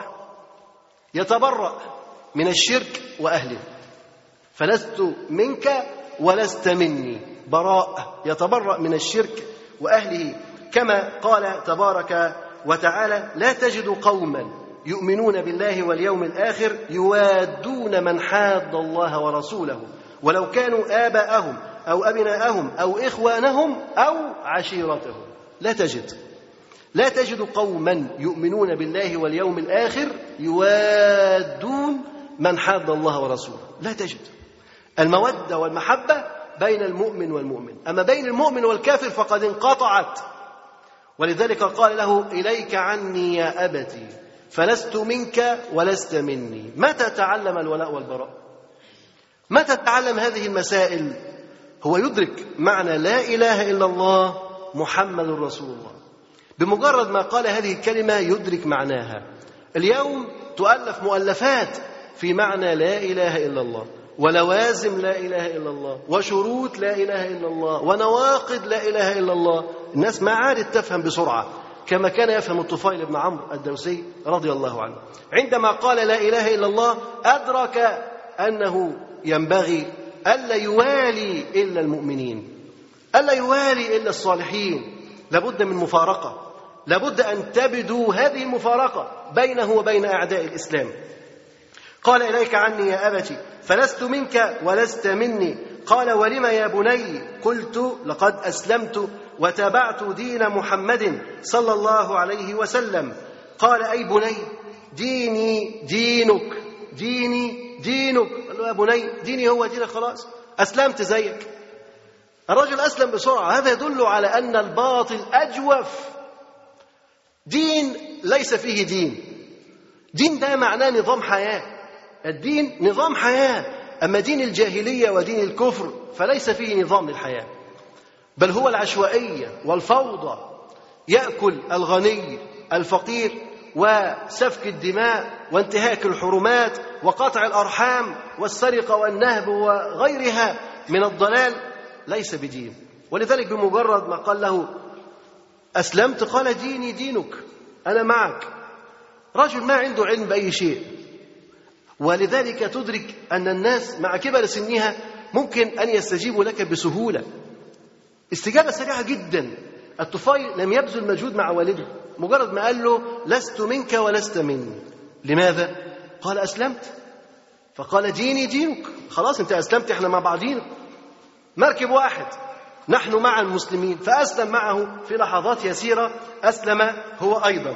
يتبرأ من الشرك وأهله. فلست منك ولست مني، براء، يتبرأ من الشرك وأهله، كما قال تبارك وتعالى لا تجد قوما يؤمنون بالله واليوم الآخر يوادون من حاد الله ورسوله ولو كانوا آباءهم أو أبناءهم أو إخوانهم أو عشيرتهم. لا تجد لا تجد قوما يؤمنون بالله واليوم الآخر يوادون من حاد الله ورسوله، لا تجد. المودة والمحبة بين المؤمن والمؤمن، أما بين المؤمن والكافر فقد انقطعت. ولذلك قال له إليك عني يا أبتي، فلست منك ولست مني. متى تعلم الولاء والبراء؟ متى تعلم هذه المسائل؟ هو يدرك معنى لا إله إلا الله محمد رسول الله. بمجرد ما قال هذه الكلمة يدرك معناها. اليوم تؤلف مؤلفات في معنى لا إله إلا الله، ولوازم لا إله إلا الله، وشروط لا إله إلا الله، ونواقض لا إله إلا الله. الناس ما عادت تفهم بسرعة كما كان يفهم الطفيل بن عمرو الدوسي رضي الله عنه. عندما قال لا إله إلا الله أدرك أنه ينبغي ألا يوالي إلا المؤمنين، ألا يوالي إلا الصالحين، لابد من مفارقة، لابد أن تبدو هذه المفارقة بينه وبين أعداء الإسلام. قال إليك عني يا أبتي، فلست منك ولست مني. قال ولم يا بني؟ قلت لقد أسلمت وتبعت دين محمد صلى الله عليه وسلم. قال أي بني ديني دينك، ديني دينك. قال له يا بني ديني هو دينك، خلاص أسلمت زيك. الرجل أسلم بسرعة. هذا يدل على أن الباطل أجوف. دين ليس فيه دين، دين ده معناه نظام حياة، الدين نظام حياة. أما دين الجاهلية ودين الكفر فليس فيه نظام للحياة، بل هو العشوائية والفوضى، يأكل الغني الفقير، وسفك الدماء وانتهاك الحرمات وقطع الأرحام والسرقة والنهب وغيرها من الضلال، ليس بدين. ولذلك بمجرد ما قال له أسلمت قال ديني دينك، أنا معك. رجل ما عنده علم بأي شيء. ولذلك تدرك أن الناس مع كبر سنها ممكن أن يستجيبوا لك بسهولة. استجابة سريعة جدا. الطفيل لم يبذل مجهود مع والده، مجرد ما قال له لست منك ولست مني. لماذا؟ قال أسلمت. فقال ديني دينك، خلاص أنت أسلمت، إحنا مع بعضينا، مركب واحد، نحن مع المسلمين. فأسلم معه في لحظات يسيرة، أسلم هو أيضا.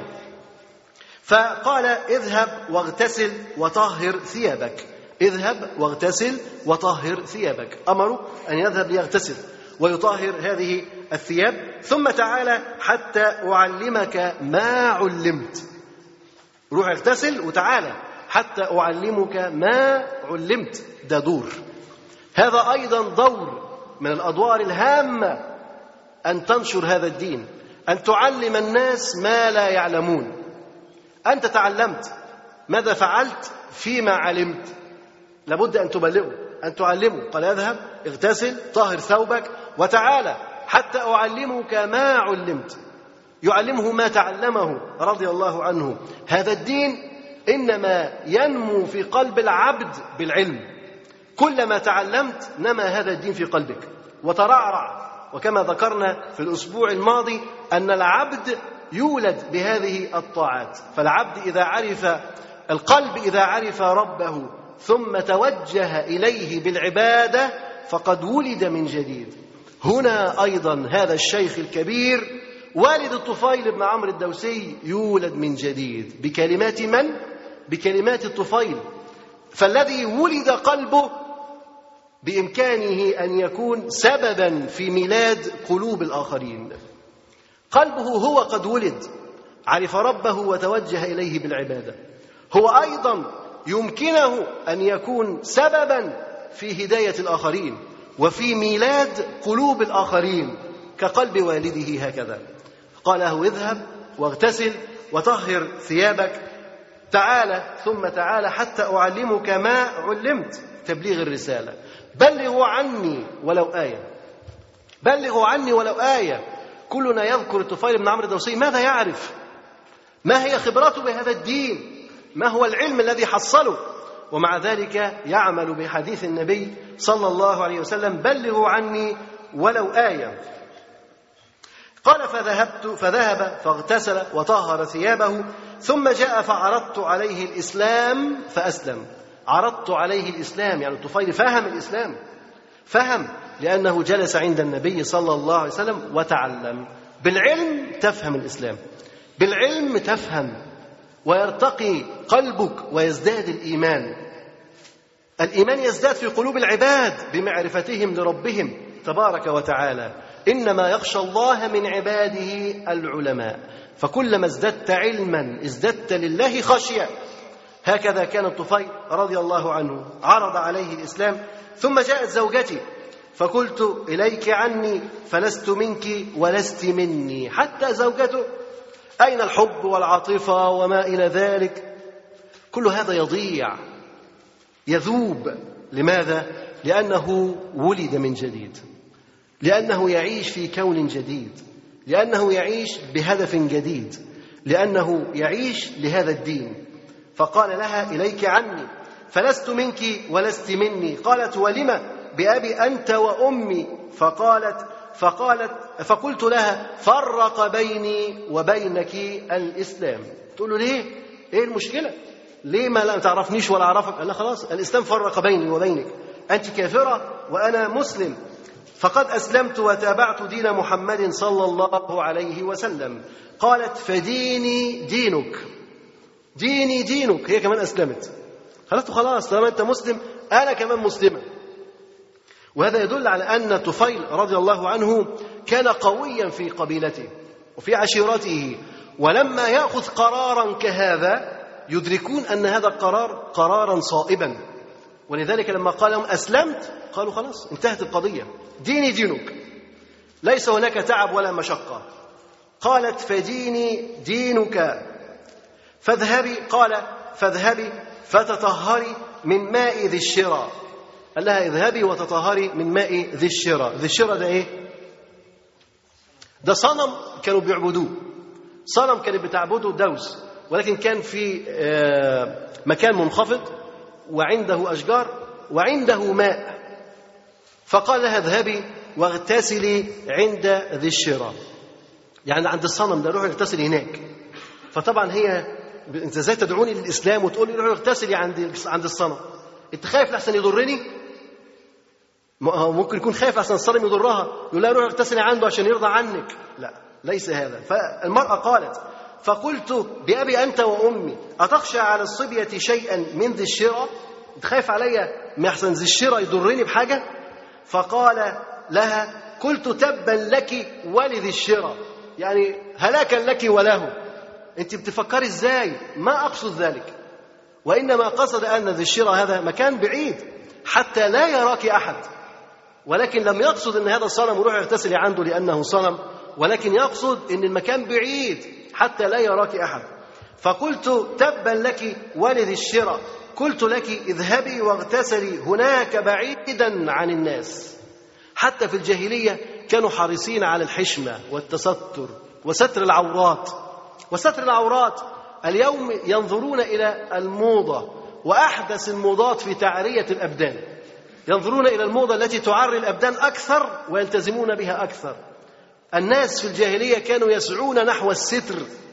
فقال اذهب واغتسل وطهر ثيابك، اذهب واغتسل وطهر ثيابك. أمره أن يذهب ليغتسل ويطهر هذه الثياب. ثم تعالى حتى أعلمك ما علمت. روح اغتسل وتعالى حتى أعلمك ما علمت. ده دور، هذا أيضا دور من الأدوار الهامة، أن تنشر هذا الدين، أن تعلم الناس ما لا يعلمون. أنت تعلمت، ماذا فعلت فيما علمت؟ لابد أن تبلغه، أن تعلمه. قال اذهب اغتسل طهر ثوبك وتعالى حتى أعلمك ما علمت. يعلمه ما تعلمه رضي الله عنه. هذا الدين إنما ينمو في قلب العبد بالعلم. كلما تعلمت نما هذا الدين في قلبك وترعرع. وكما ذكرنا في الأسبوع الماضي أن العبد يولد بهذه الطاعات. فالعبد إذا عرف، القلب إذا عرف ربه ثم توجه إليه بالعبادة فقد ولد من جديد. هنا أيضا هذا الشيخ الكبير والد الطفيل بن عمرو الدوسي يولد من جديد بكلمات من؟ بكلمات الطفيل. فالذي ولد قلبه بإمكانه أن يكون سببا في ميلاد قلوب الآخرين. قلبه هو قد ولد، عرف ربه وتوجه إليه بالعبادة. هو أيضا يمكنه أن يكون سببا في هداية الآخرين وفي ميلاد قلوب الآخرين كقلب والده هكذا. قال له اذهب واغتسل وطهر ثيابك، تعالى ثم تعالى حتى أعلمك ما علمت. تبليغ الرسالة. بلغوا عني ولو آية، بلغوا عني ولو آية. كلنا يذكر الطفيل بن عمرو الدوسي، ماذا يعرف؟ ما هي خبرته بهذا الدين؟ ما هو العلم الذي حصله؟ ومع ذلك يعمل بحديث النبي صلى الله عليه وسلم بلغوا عني ولو آية. قال فذهبت فذهب فاغتسل وطهر ثيابه ثم جاء فعرضت عليه الإسلام فأسلم. عرضت عليه الإسلام يعني الطفيل فهم الإسلام، فهم لأنه جلس عند النبي صلى الله عليه وسلم وتعلم. بالعلم تفهم الإسلام، بالعلم تفهم ويرتقي قلبك ويزداد الإيمان. الإيمان يزداد في قلوب العباد بمعرفتهم لربهم تبارك وتعالى. إنما يخشى الله من عباده العلماء. فكلما ازددت علما ازددت لله خشية. هكذا كان الطفيل رضي الله عنه. عرض عليه الإسلام. ثم جاءت زوجتي فقلت إليك عني فلست منك ولست مني. حتى زوجته، أين الحب والعاطفة وما إلى ذلك؟ كل هذا يضيع، يذوب. لماذا؟ لأنه ولد من جديد، لأنه يعيش في كون جديد، لأنه يعيش بهدف جديد، لأنه يعيش لهذا الدين. فقال لها إليك عني فلست منك ولست مني. قالت ولم بأبي أنت وأمي؟ فقالت فقالت فقلت لها فرق بيني وبينك الإسلام. تقول له ليه؟ إيه المشكلة؟ ليه ما لا تعرفنيش ولا أعرفك؟ قال لها خلاص الإسلام فرق بيني وبينك، أنت كافرة وأنا مسلم. فقد أسلمت وتابعت دين محمد صلى الله عليه وسلم. قالت فديني دينك، ديني دينك. هي كمان أسلمت. قالت خلاص طالما أنت مسلم أنا كمان مسلمة. وهذا يدل على أن الطفيل رضي الله عنه كان قويا في قبيلته وفي عشيرته، ولما يأخذ قرارا كهذا يدركون أن هذا القرار قرارا صائبا. ولذلك لما قال لهم أسلمت قالوا خلاص انتهت القضية، ديني دينك، ليس هناك تعب ولا مشقة. قالت فديني دينك فاذهبي. قال فاذهبي فتطهري من ماء ذي الشرى. قال لها اذهبي وتطهري من ماء ذي الشرى. ذي الشرى ده ايه؟ ده صنم كانوا بيعبدوه، صنم كانت بتعبده دوس، ولكن كان في مكان منخفض وعنده أشجار وعنده ماء. فقال لها اذهبي واغتسلي عند ذي الشرى، يعني عند الصنم ده روحي اغتسلي هناك. فطبعا هي انت ازاي تدعوني للاسلام وتقول لي روحي اغتسلي عند عند الصنم؟ انت خايف لحسن يضرني؟ ممكن يكون خايف لحسن الصنم يضرها، يقول لها روحي اغتسلي عنده عشان يرضى عنك. لا، ليس هذا. فالمرأة قالت: فقلت بأبي أنت وأمي أتخشى على الصبية شيئا من ذي الشرى؟ انت خايف عليا ما يحسن ذي الشرى يضرني بحاجة؟ فقال لها: قلت تبا لك ولذي الشرى، يعني هلاكا لك وله. انت بتفكري ازاي؟ ما أقصد ذلك، وإنما قصد أن ذي الشرى هذا مكان بعيد حتى لا يراك أحد، ولكن لم يقصد أن هذا الصنم روح يغتسلي عنده لأنه صنم، ولكن يقصد أن المكان بعيد حتى لا يراك أحد. فقلت تبا لك ولذي الشرى، قلت لك اذهبي واغتسلي هناك بعيدا عن الناس. حتى في الجاهلية كانوا حريصين على الحشمة والتستر وستر العورات وستر العورات. اليوم ينظرون إلى الموضة وأحدث الموضات في تعرية الأبدان، ينظرون إلى الموضة التي تعري الأبدان أكثر ويلتزمون بها أكثر. الناس في الجاهلية كانوا يسعون نحو الستر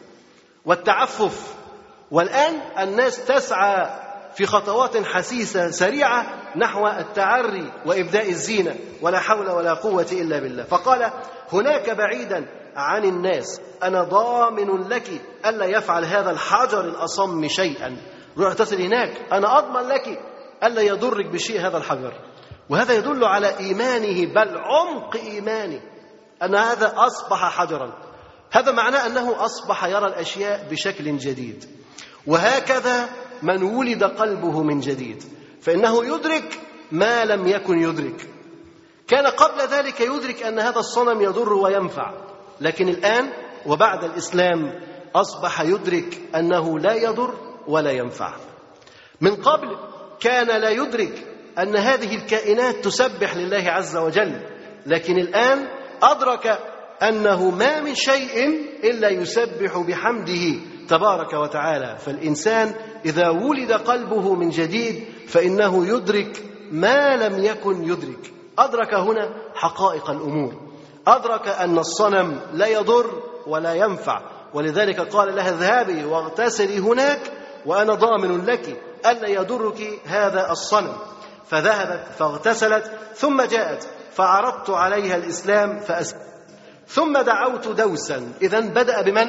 والتعفف، والآن الناس تسعى في خطوات حسيسة سريعة نحو التعري وإبداء الزينة، ولا حول ولا قوة إلا بالله. فقال: هناك بعيدا عن الناس أنا ضامن لك ألا يفعل هذا الحجر الأصم شيئا. روح اغتسل هناك، أنا أضمن لك ألا يضرك بشيء هذا الحجر. وهذا يدل على إيمانه، بل عمق إيمانه، أن هذا أصبح حجرا. هذا معناه أنه أصبح يرى الأشياء بشكل جديد. وهكذا من ولد قلبه من جديد فإنه يدرك ما لم يكن يدرك. كان قبل ذلك يدرك أن هذا الصنم يضر وينفع، لكن الآن وبعد الإسلام أصبح يدرك أنه لا يضر ولا ينفع. من قبل كان لا يدرك أن هذه الكائنات تسبح لله عز وجل، لكن الآن أدرك أنه ما من شيء إلا يسبح بحمده تبارك وتعالى. فالإنسان إذا ولد قلبه من جديد فإنه يدرك ما لم يكن يدرك. أدرك هنا حقائق الأمور، أدرك أن الصنم لا يضر ولا ينفع، ولذلك قال لها اذهبي واغتسلي هناك وأنا ضامن لك ألا يضرك هذا الصنم. فذهبت فاغتسلت، ثم جاءت فعرضت عليها الإسلام فأسلمت، ثم دعوت دوسا. إذن بدأ بمن؟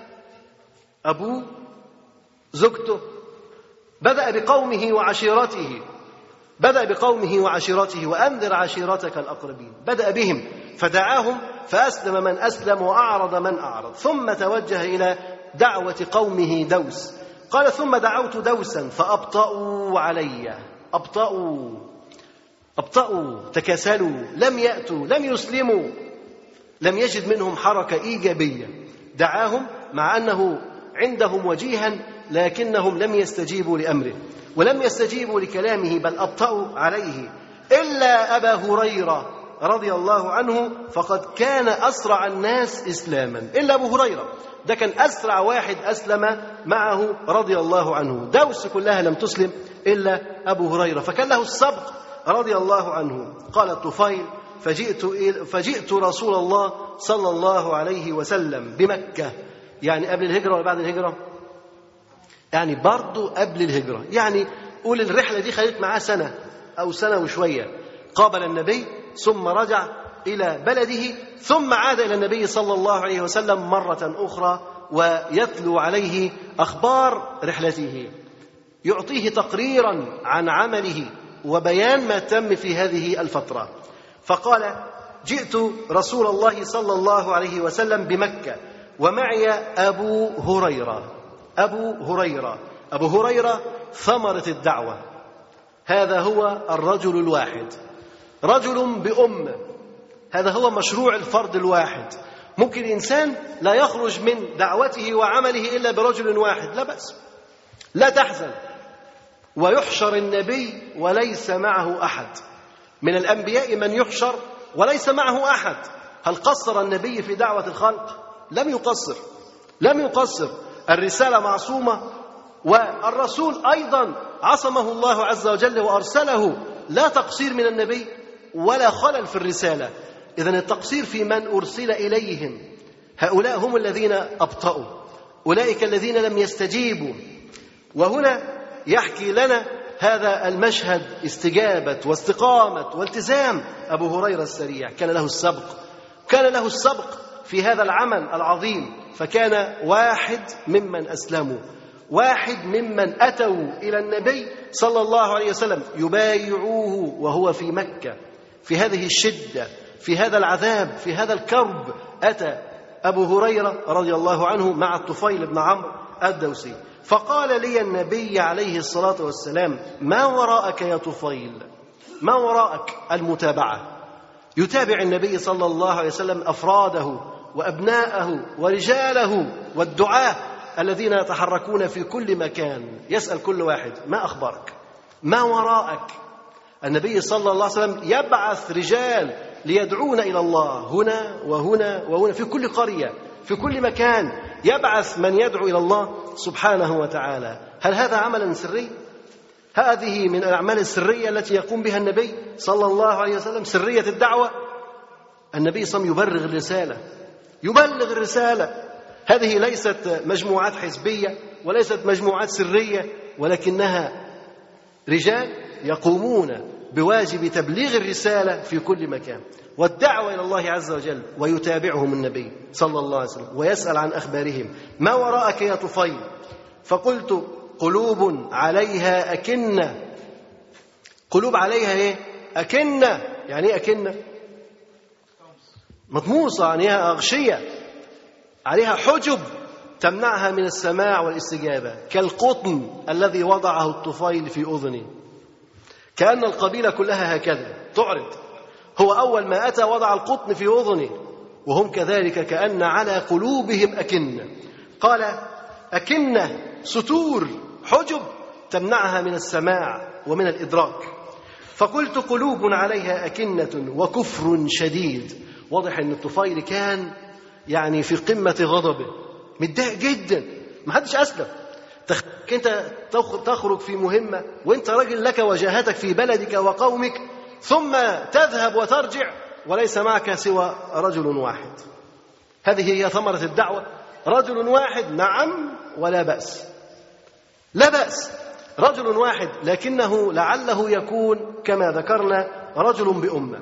أبوه، زوجته، بدأ بقومه وعشيرته، بدأ بقومه وعشيرته وأنذر عشيرتك الأقربين. بدأ بهم فدعاهم فأسلم من أسلم وأعرض من أعرض، ثم توجه إلى دعوة قومه دوس. قال: ثم دعوت دوسا فأبطأوا علي، أبطأوا أبطأوا تكاسلوا، لم يأتوا، لم يسلموا، لم يجد منهم حركة إيجابية. دعاهم مع أنه عندهم وجيها، لكنهم لم يستجيبوا لأمره ولم يستجيبوا لكلامه، بل أبطأوا عليه. إلا أبا هريرة رضي الله عنه فقد كان أسرع الناس إسلاما. إلا أبو هريرة ده كان أسرع واحد أسلم معه رضي الله عنه. دوس كلها لم تسلم إلا أبو هريرة، فكان له السبق رضي الله عنه. قال الطفيل: فجئت, فجئت رسول الله صلى الله عليه وسلم بمكة، يعني قبل الهجرة ولا بعد الهجرة؟ يعني برضو قبل الهجرة، يعني قول الرحلة دي خدت معاه سنة أو سنة وشوية. قابل النبي ثم رجع إلى بلده، ثم عاد إلى النبي صلى الله عليه وسلم مرة أخرى ويتلو عليه أخبار رحلته، يعطيه تقريرا عن عمله وبيان ما تم في هذه الفترة. فقال: جئت رسول الله صلى الله عليه وسلم بمكة ومعي أبو هريرة. أبو هريرة أبو هريرة ثمرة الدعوة، هذا هو الرجل الواحد، رجل بأمة، هذا هو مشروع الفرد الواحد. ممكن إنسان لا يخرج من دعوته وعمله إلا برجل واحد، لا بأس، لا تحزن. ويحشر النبي وليس معه أحد، من الأنبياء من يحشر وليس معه أحد. هل قصر النبي في دعوة الخلق؟ لم يقصر، لم يقصر. الرسالة معصومة، والرسول أيضا عصمه الله عز وجل وأرسله، لا تقصير من النبي ولا خلل في الرسالة. إذن التقصير في من أرسل إليهم، هؤلاء هم الذين أبطأوا، أولئك الذين لم يستجيبوا. وهنا يحكي لنا هذا المشهد استجابة واستقامة والتزام أبو هريرة السريع. كان له السبق، كان له السبق في هذا العمل العظيم، فكان واحد ممن أسلموا، واحد ممن أتوا إلى النبي صلى الله عليه وسلم يبايعوه وهو في مكة في هذه الشدة، في هذا العذاب، في هذا الكرب. أتى أبو هريرة رضي الله عنه مع الطفيل بن عمرو الدوسي، فقال لي النبي عليه الصلاة والسلام: ما وراءك يا طفيل؟ ما وراءك؟ المتابعة. يتابع النبي صلى الله عليه وسلم أفراده وأبناءه ورجاله والدعاة الذين يتحركون في كل مكان، يسأل كل واحد: ما أخبارك؟ ما وراءك؟ النبي صلى الله عليه وسلم يبعث رجال ليدعون إلى الله هنا وهنا وهنا، في كل قرية، في كل مكان يبعث من يدعو إلى الله سبحانه وتعالى. هل هذا عملا سري؟ هذه من الأعمال السرية التي يقوم بها النبي صلى الله عليه وسلم، سرية الدعوة. النبي صلى الله عليه وسلم يبلغ الرسالة، يبلغ الرسالة. هذه ليست مجموعات حزبية وليست مجموعات سرية، ولكنها رجال يقومون بواجب تبليغ الرسالة في كل مكان والدعوة إلى الله عز وجل. ويتابعهم النبي صلى الله عليه وسلم ويسأل عن أخبارهم: ما وراءك يا طفيل؟ فقلت: قلوب عليها أكنة. قلوب عليها إيه؟ أكنة. يعني إيه أكنة؟ مطموسة، عليها أغشية، عليها حجب تمنعها من السماع والاستجابة، كالقطن الذي وضعه الطفيل في أذنه. كأن القبيلة كلها هكذا تعرض. هو أول ما أتى وضع القطن في أذنه، وهم كذلك كأن على قلوبهم أكنة. قال: أكنة، ستور، حجب تمنعها من السماع ومن الإدراك. فقلت: قلوب عليها أكنة وكفر شديد. واضح أن الطفيل كان يعني في قمة غضبه، متضايق جدا، ما حدش أسلم. أنت تخرج في مهمة وأنت راجل لك وجاهتك في بلدك وقومك، ثم تذهب وترجع وليس معك سوى رجل واحد. هذه هي ثمرة الدعوة. رجل واحد، نعم، ولا بأس، لا بأس، رجل واحد، لكنه لعله يكون كما ذكرنا رجل بأمة.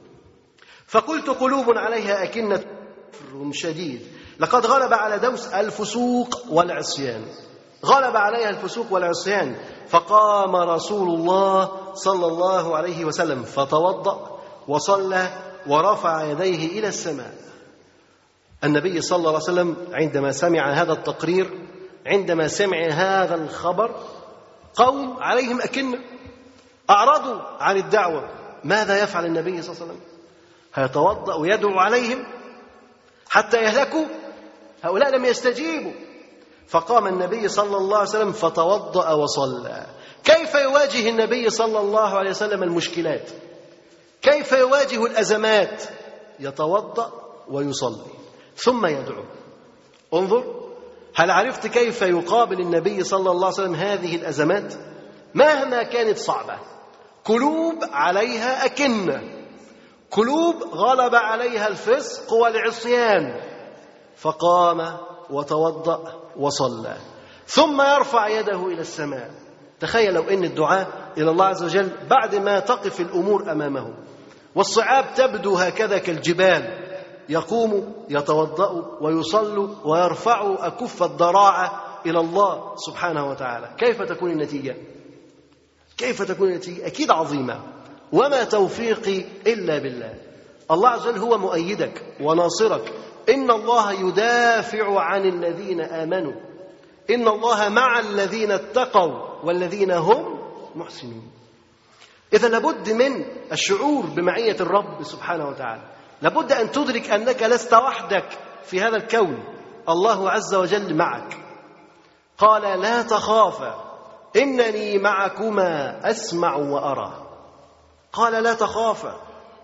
فقلت: قلوب عليها أكنة كفر شديد. لقد غلب على دوس الفسوق والعصيان، غلب عليها الفسوق والعصيان. فقام رسول الله صلى الله عليه وسلم فتوضأ وصلى ورفع يديه إلى السماء. النبي صلى الله عليه وسلم عندما سمع هذا التقرير، عندما سمع هذا الخبر، قوم عليهم أكنة، أعرضوا عن الدعوة. ماذا يفعل النبي صلى الله عليه وسلم؟ هيتوضأ ويدعو عليهم حتى يهلكوا؟ هؤلاء لم يستجيبوا. فقام النبي صلى الله عليه وسلم فتوضأ وصلى. كيف يواجه النبي صلى الله عليه وسلم المشكلات؟ كيف يواجه الأزمات؟ يتوضأ ويصلي ثم يدعو. انظر، هل عرفت كيف يقابل النبي صلى الله عليه وسلم هذه الأزمات مهما كانت صعبة؟ قلوب عليها أكنة، قلوب غلب عليها الفسق والعصيان. فقام وتوضأ وصلى ثم يرفع يده إلى السماء. تخيل لو أن الدعاء إلى الله عز وجل بعد ما تقف الأمور أمامه والصعاب تبدو هكذا كالجبال، يقوم يتوضأ ويصلي ويرفع أكف الضراعة إلى الله سبحانه وتعالى. كيف تكون النتيجة؟ كيف تكون النتيجة؟ أكيد عظيمة. وما توفيقي إلا بالله. الله عز وجل هو مؤيدك وناصرك. إن الله يدافع عن الذين آمنوا، إن الله مع الذين اتقوا والذين هم محسنون. إذا لابد من الشعور بمعية الرب سبحانه وتعالى، لابد أن تدرك أنك لست وحدك في هذا الكون، الله عز وجل معك. قال: لا تخافا إنني معكما أسمع وأرى. قال: لا تخافا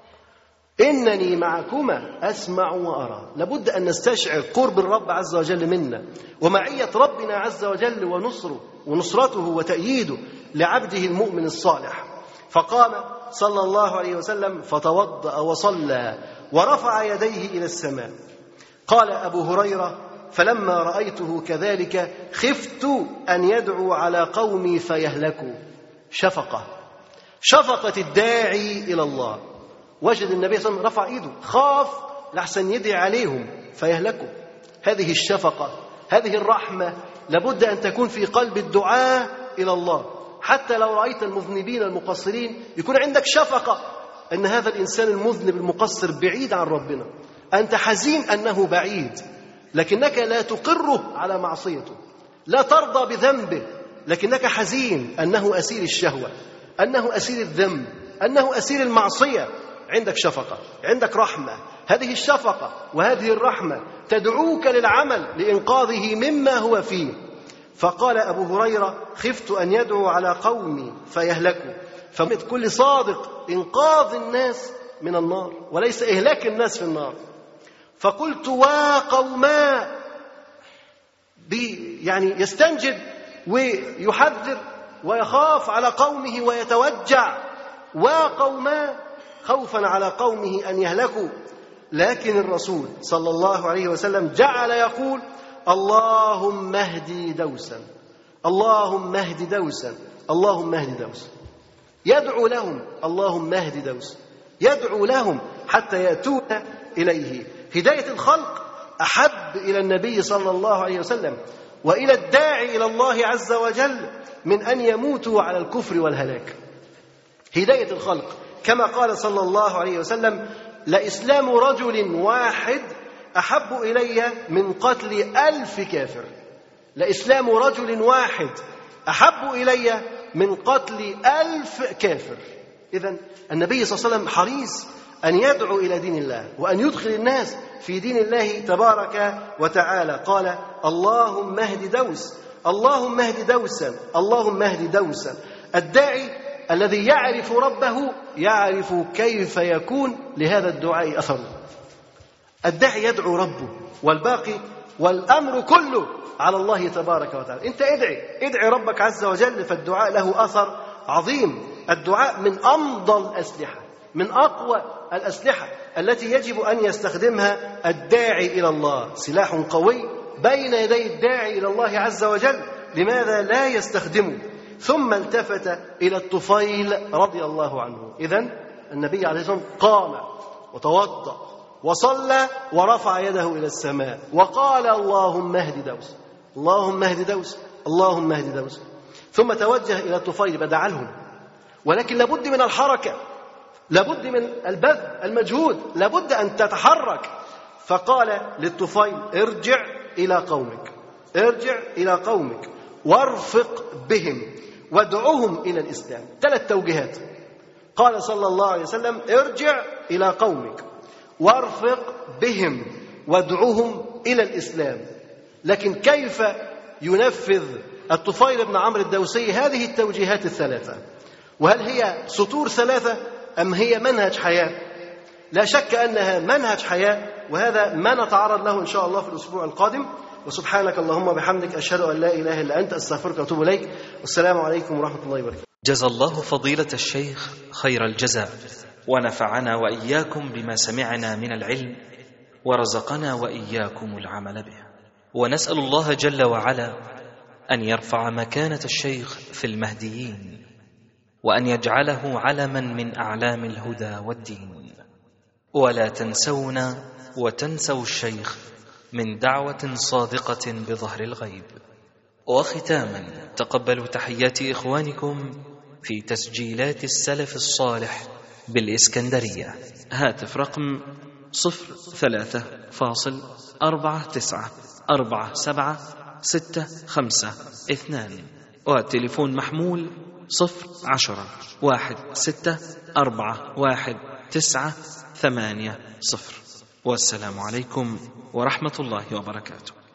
إنني معكما أسمع وأرى. لابد أن نستشعر قرب الرب عز وجل منا ومعية ربنا عز وجل ونصره ونصرته وتأييده لعبده المؤمن الصالح. فقام صلى الله عليه وسلم فتوضأ وصلى ورفع يديه إلى السماء. قال أبو هريرة: فلما رأيته كذلك خفت أن يدعو على قومي فيهلكوا. شفقة، شفقة الداعي إلى الله. وجد النبي صلى الله عليه وسلم رفع إيده، خاف لحسن يدعي عليهم فيهلكوا. هذه الشفقة، هذه الرحمة لابد أن تكون في قلب الدعاء إلى الله. حتى لو رأيت المذنبين المقصرين يكون عندك شفقة أن هذا الإنسان المذنب المقصر بعيد عن ربنا، أنت حزين أنه بعيد، لكنك لا تقره على معصيته، لا ترضى بذنبه، لكنك حزين أنه أسير الشهوة، أنه أسير الذنب، أنه أسير المعصية. عندك شفقة، عندك رحمة. هذه الشفقة وهذه الرحمة تدعوك للعمل لإنقاذه مما هو فيه. فقال أبو هريرة: خفت أن يدعو على قومي فيهلكوا. فكل صادق إنقاذ الناس من النار وليس إهلاك الناس في النار. فقلت: وقوما، يعني يستنجد ويحذر ويخاف على قومه ويتوجع، وقوما، خوفا على قومه أن يهلكوا. لكن الرسول صلى الله عليه وسلم جعل يقول: اللهم اهدي دوسا، اللهم اهدي دوسا، اللهم اهدي دوسا. يدعو لهم: اللهم اهدي دوسا، يدعو لهم حتى يأتون إليه. هداية الخلق أحب إلى النبي صلى الله عليه وسلم وإلى الداعي إلى الله عز وجل من أن يموتوا على الكفر والهلاك. هداية الخلق كما قال صلى الله عليه وسلم: لإسلام رجل واحد أحب إلي من قتل ألف كافر. لإسلام رجل واحد أحب إلي من قتل ألف كافر. إذن النبي صلى الله عليه وسلم حريص أن يدعو إلى دين الله وأن يدخل الناس في دين الله تبارك وتعالى. قال: اللهم اهد دوس، اللهم اهد دوسا، اللهم اهد دوسا. الداعي الذي يعرف ربه يعرف كيف يكون لهذا الدعاء أثر. الداعي يدعو ربه، والباقي والأمر كله على الله تبارك وتعالى. أنت ادعي ادعي ربك عز وجل، فالدعاء له أثر عظيم. الدعاء من أمضى الأسلحة، من أقوى الأسلحة التي يجب أن يستخدمها الداعي إلى الله. سلاح قوي بين يدي الداعي إلى الله عز وجل، لماذا لا يستخدمه؟ ثم التفت إلى الطفيل رضي الله عنه. إذن النبي عليه الصلاة والسلام قام وتوضأ وصلى ورفع يده إلى السماء وقال: اللهم اهد دوس، اللهم اهد دوس، اللهم اهد دوس. ثم توجه إلى الطفيل بدعا لهم، ولكن لابد من الحركة، لابد من البذل، المجهود، لابد أن تتحرك. فقال للطفيل: ارجع إلى قومك، ارجع إلى قومك وارفق بهم وادعوهم إلى الإسلام. ثلاث توجيهات. قال صلى الله عليه وسلم: ارجع إلى قومك وارفق بهم وادعوهم إلى الإسلام. لكن كيف ينفذ الطفيل بن عمرو الدوسي هذه التوجيهات الثلاثة؟ وهل هي سطور ثلاثة أم هي منهج حياة؟ لا شك أنها منهج حياة، وهذا ما نتعرض له إن شاء الله في الأسبوع القادم. وسبحانك اللهم وبحمدك، أشهد أن لا إله إلا أنت، أستغفرك وأتوب إليك. والسلام عليكم ورحمة الله وبركاته. جزا الله فضيلة الشيخ خير الجزاء، ونفعنا وإياكم بما سمعنا من العلم، ورزقنا وإياكم العمل به. ونسأل الله جل وعلا أن يرفع مكانة الشيخ في المهديين، وأن يجعله علما من أعلام الهدى والدين. ولا تنسونا وتنسوا الشيخ من دعوة صادقة بظهر الغيب. وختاما، تقبلوا تحيات إخوانكم في تسجيلات السلف الصالح بالإسكندرية. هاتف رقم صفر ثلاثة فاصل أربعة تسعة أربعة سبعة ستة خمسة اثنان، وتليفون محمول صفر عشرة واحد ستة أربعة واحد تسعة ثمانية صفر. والسلام عليكم ورحمة الله وبركاته.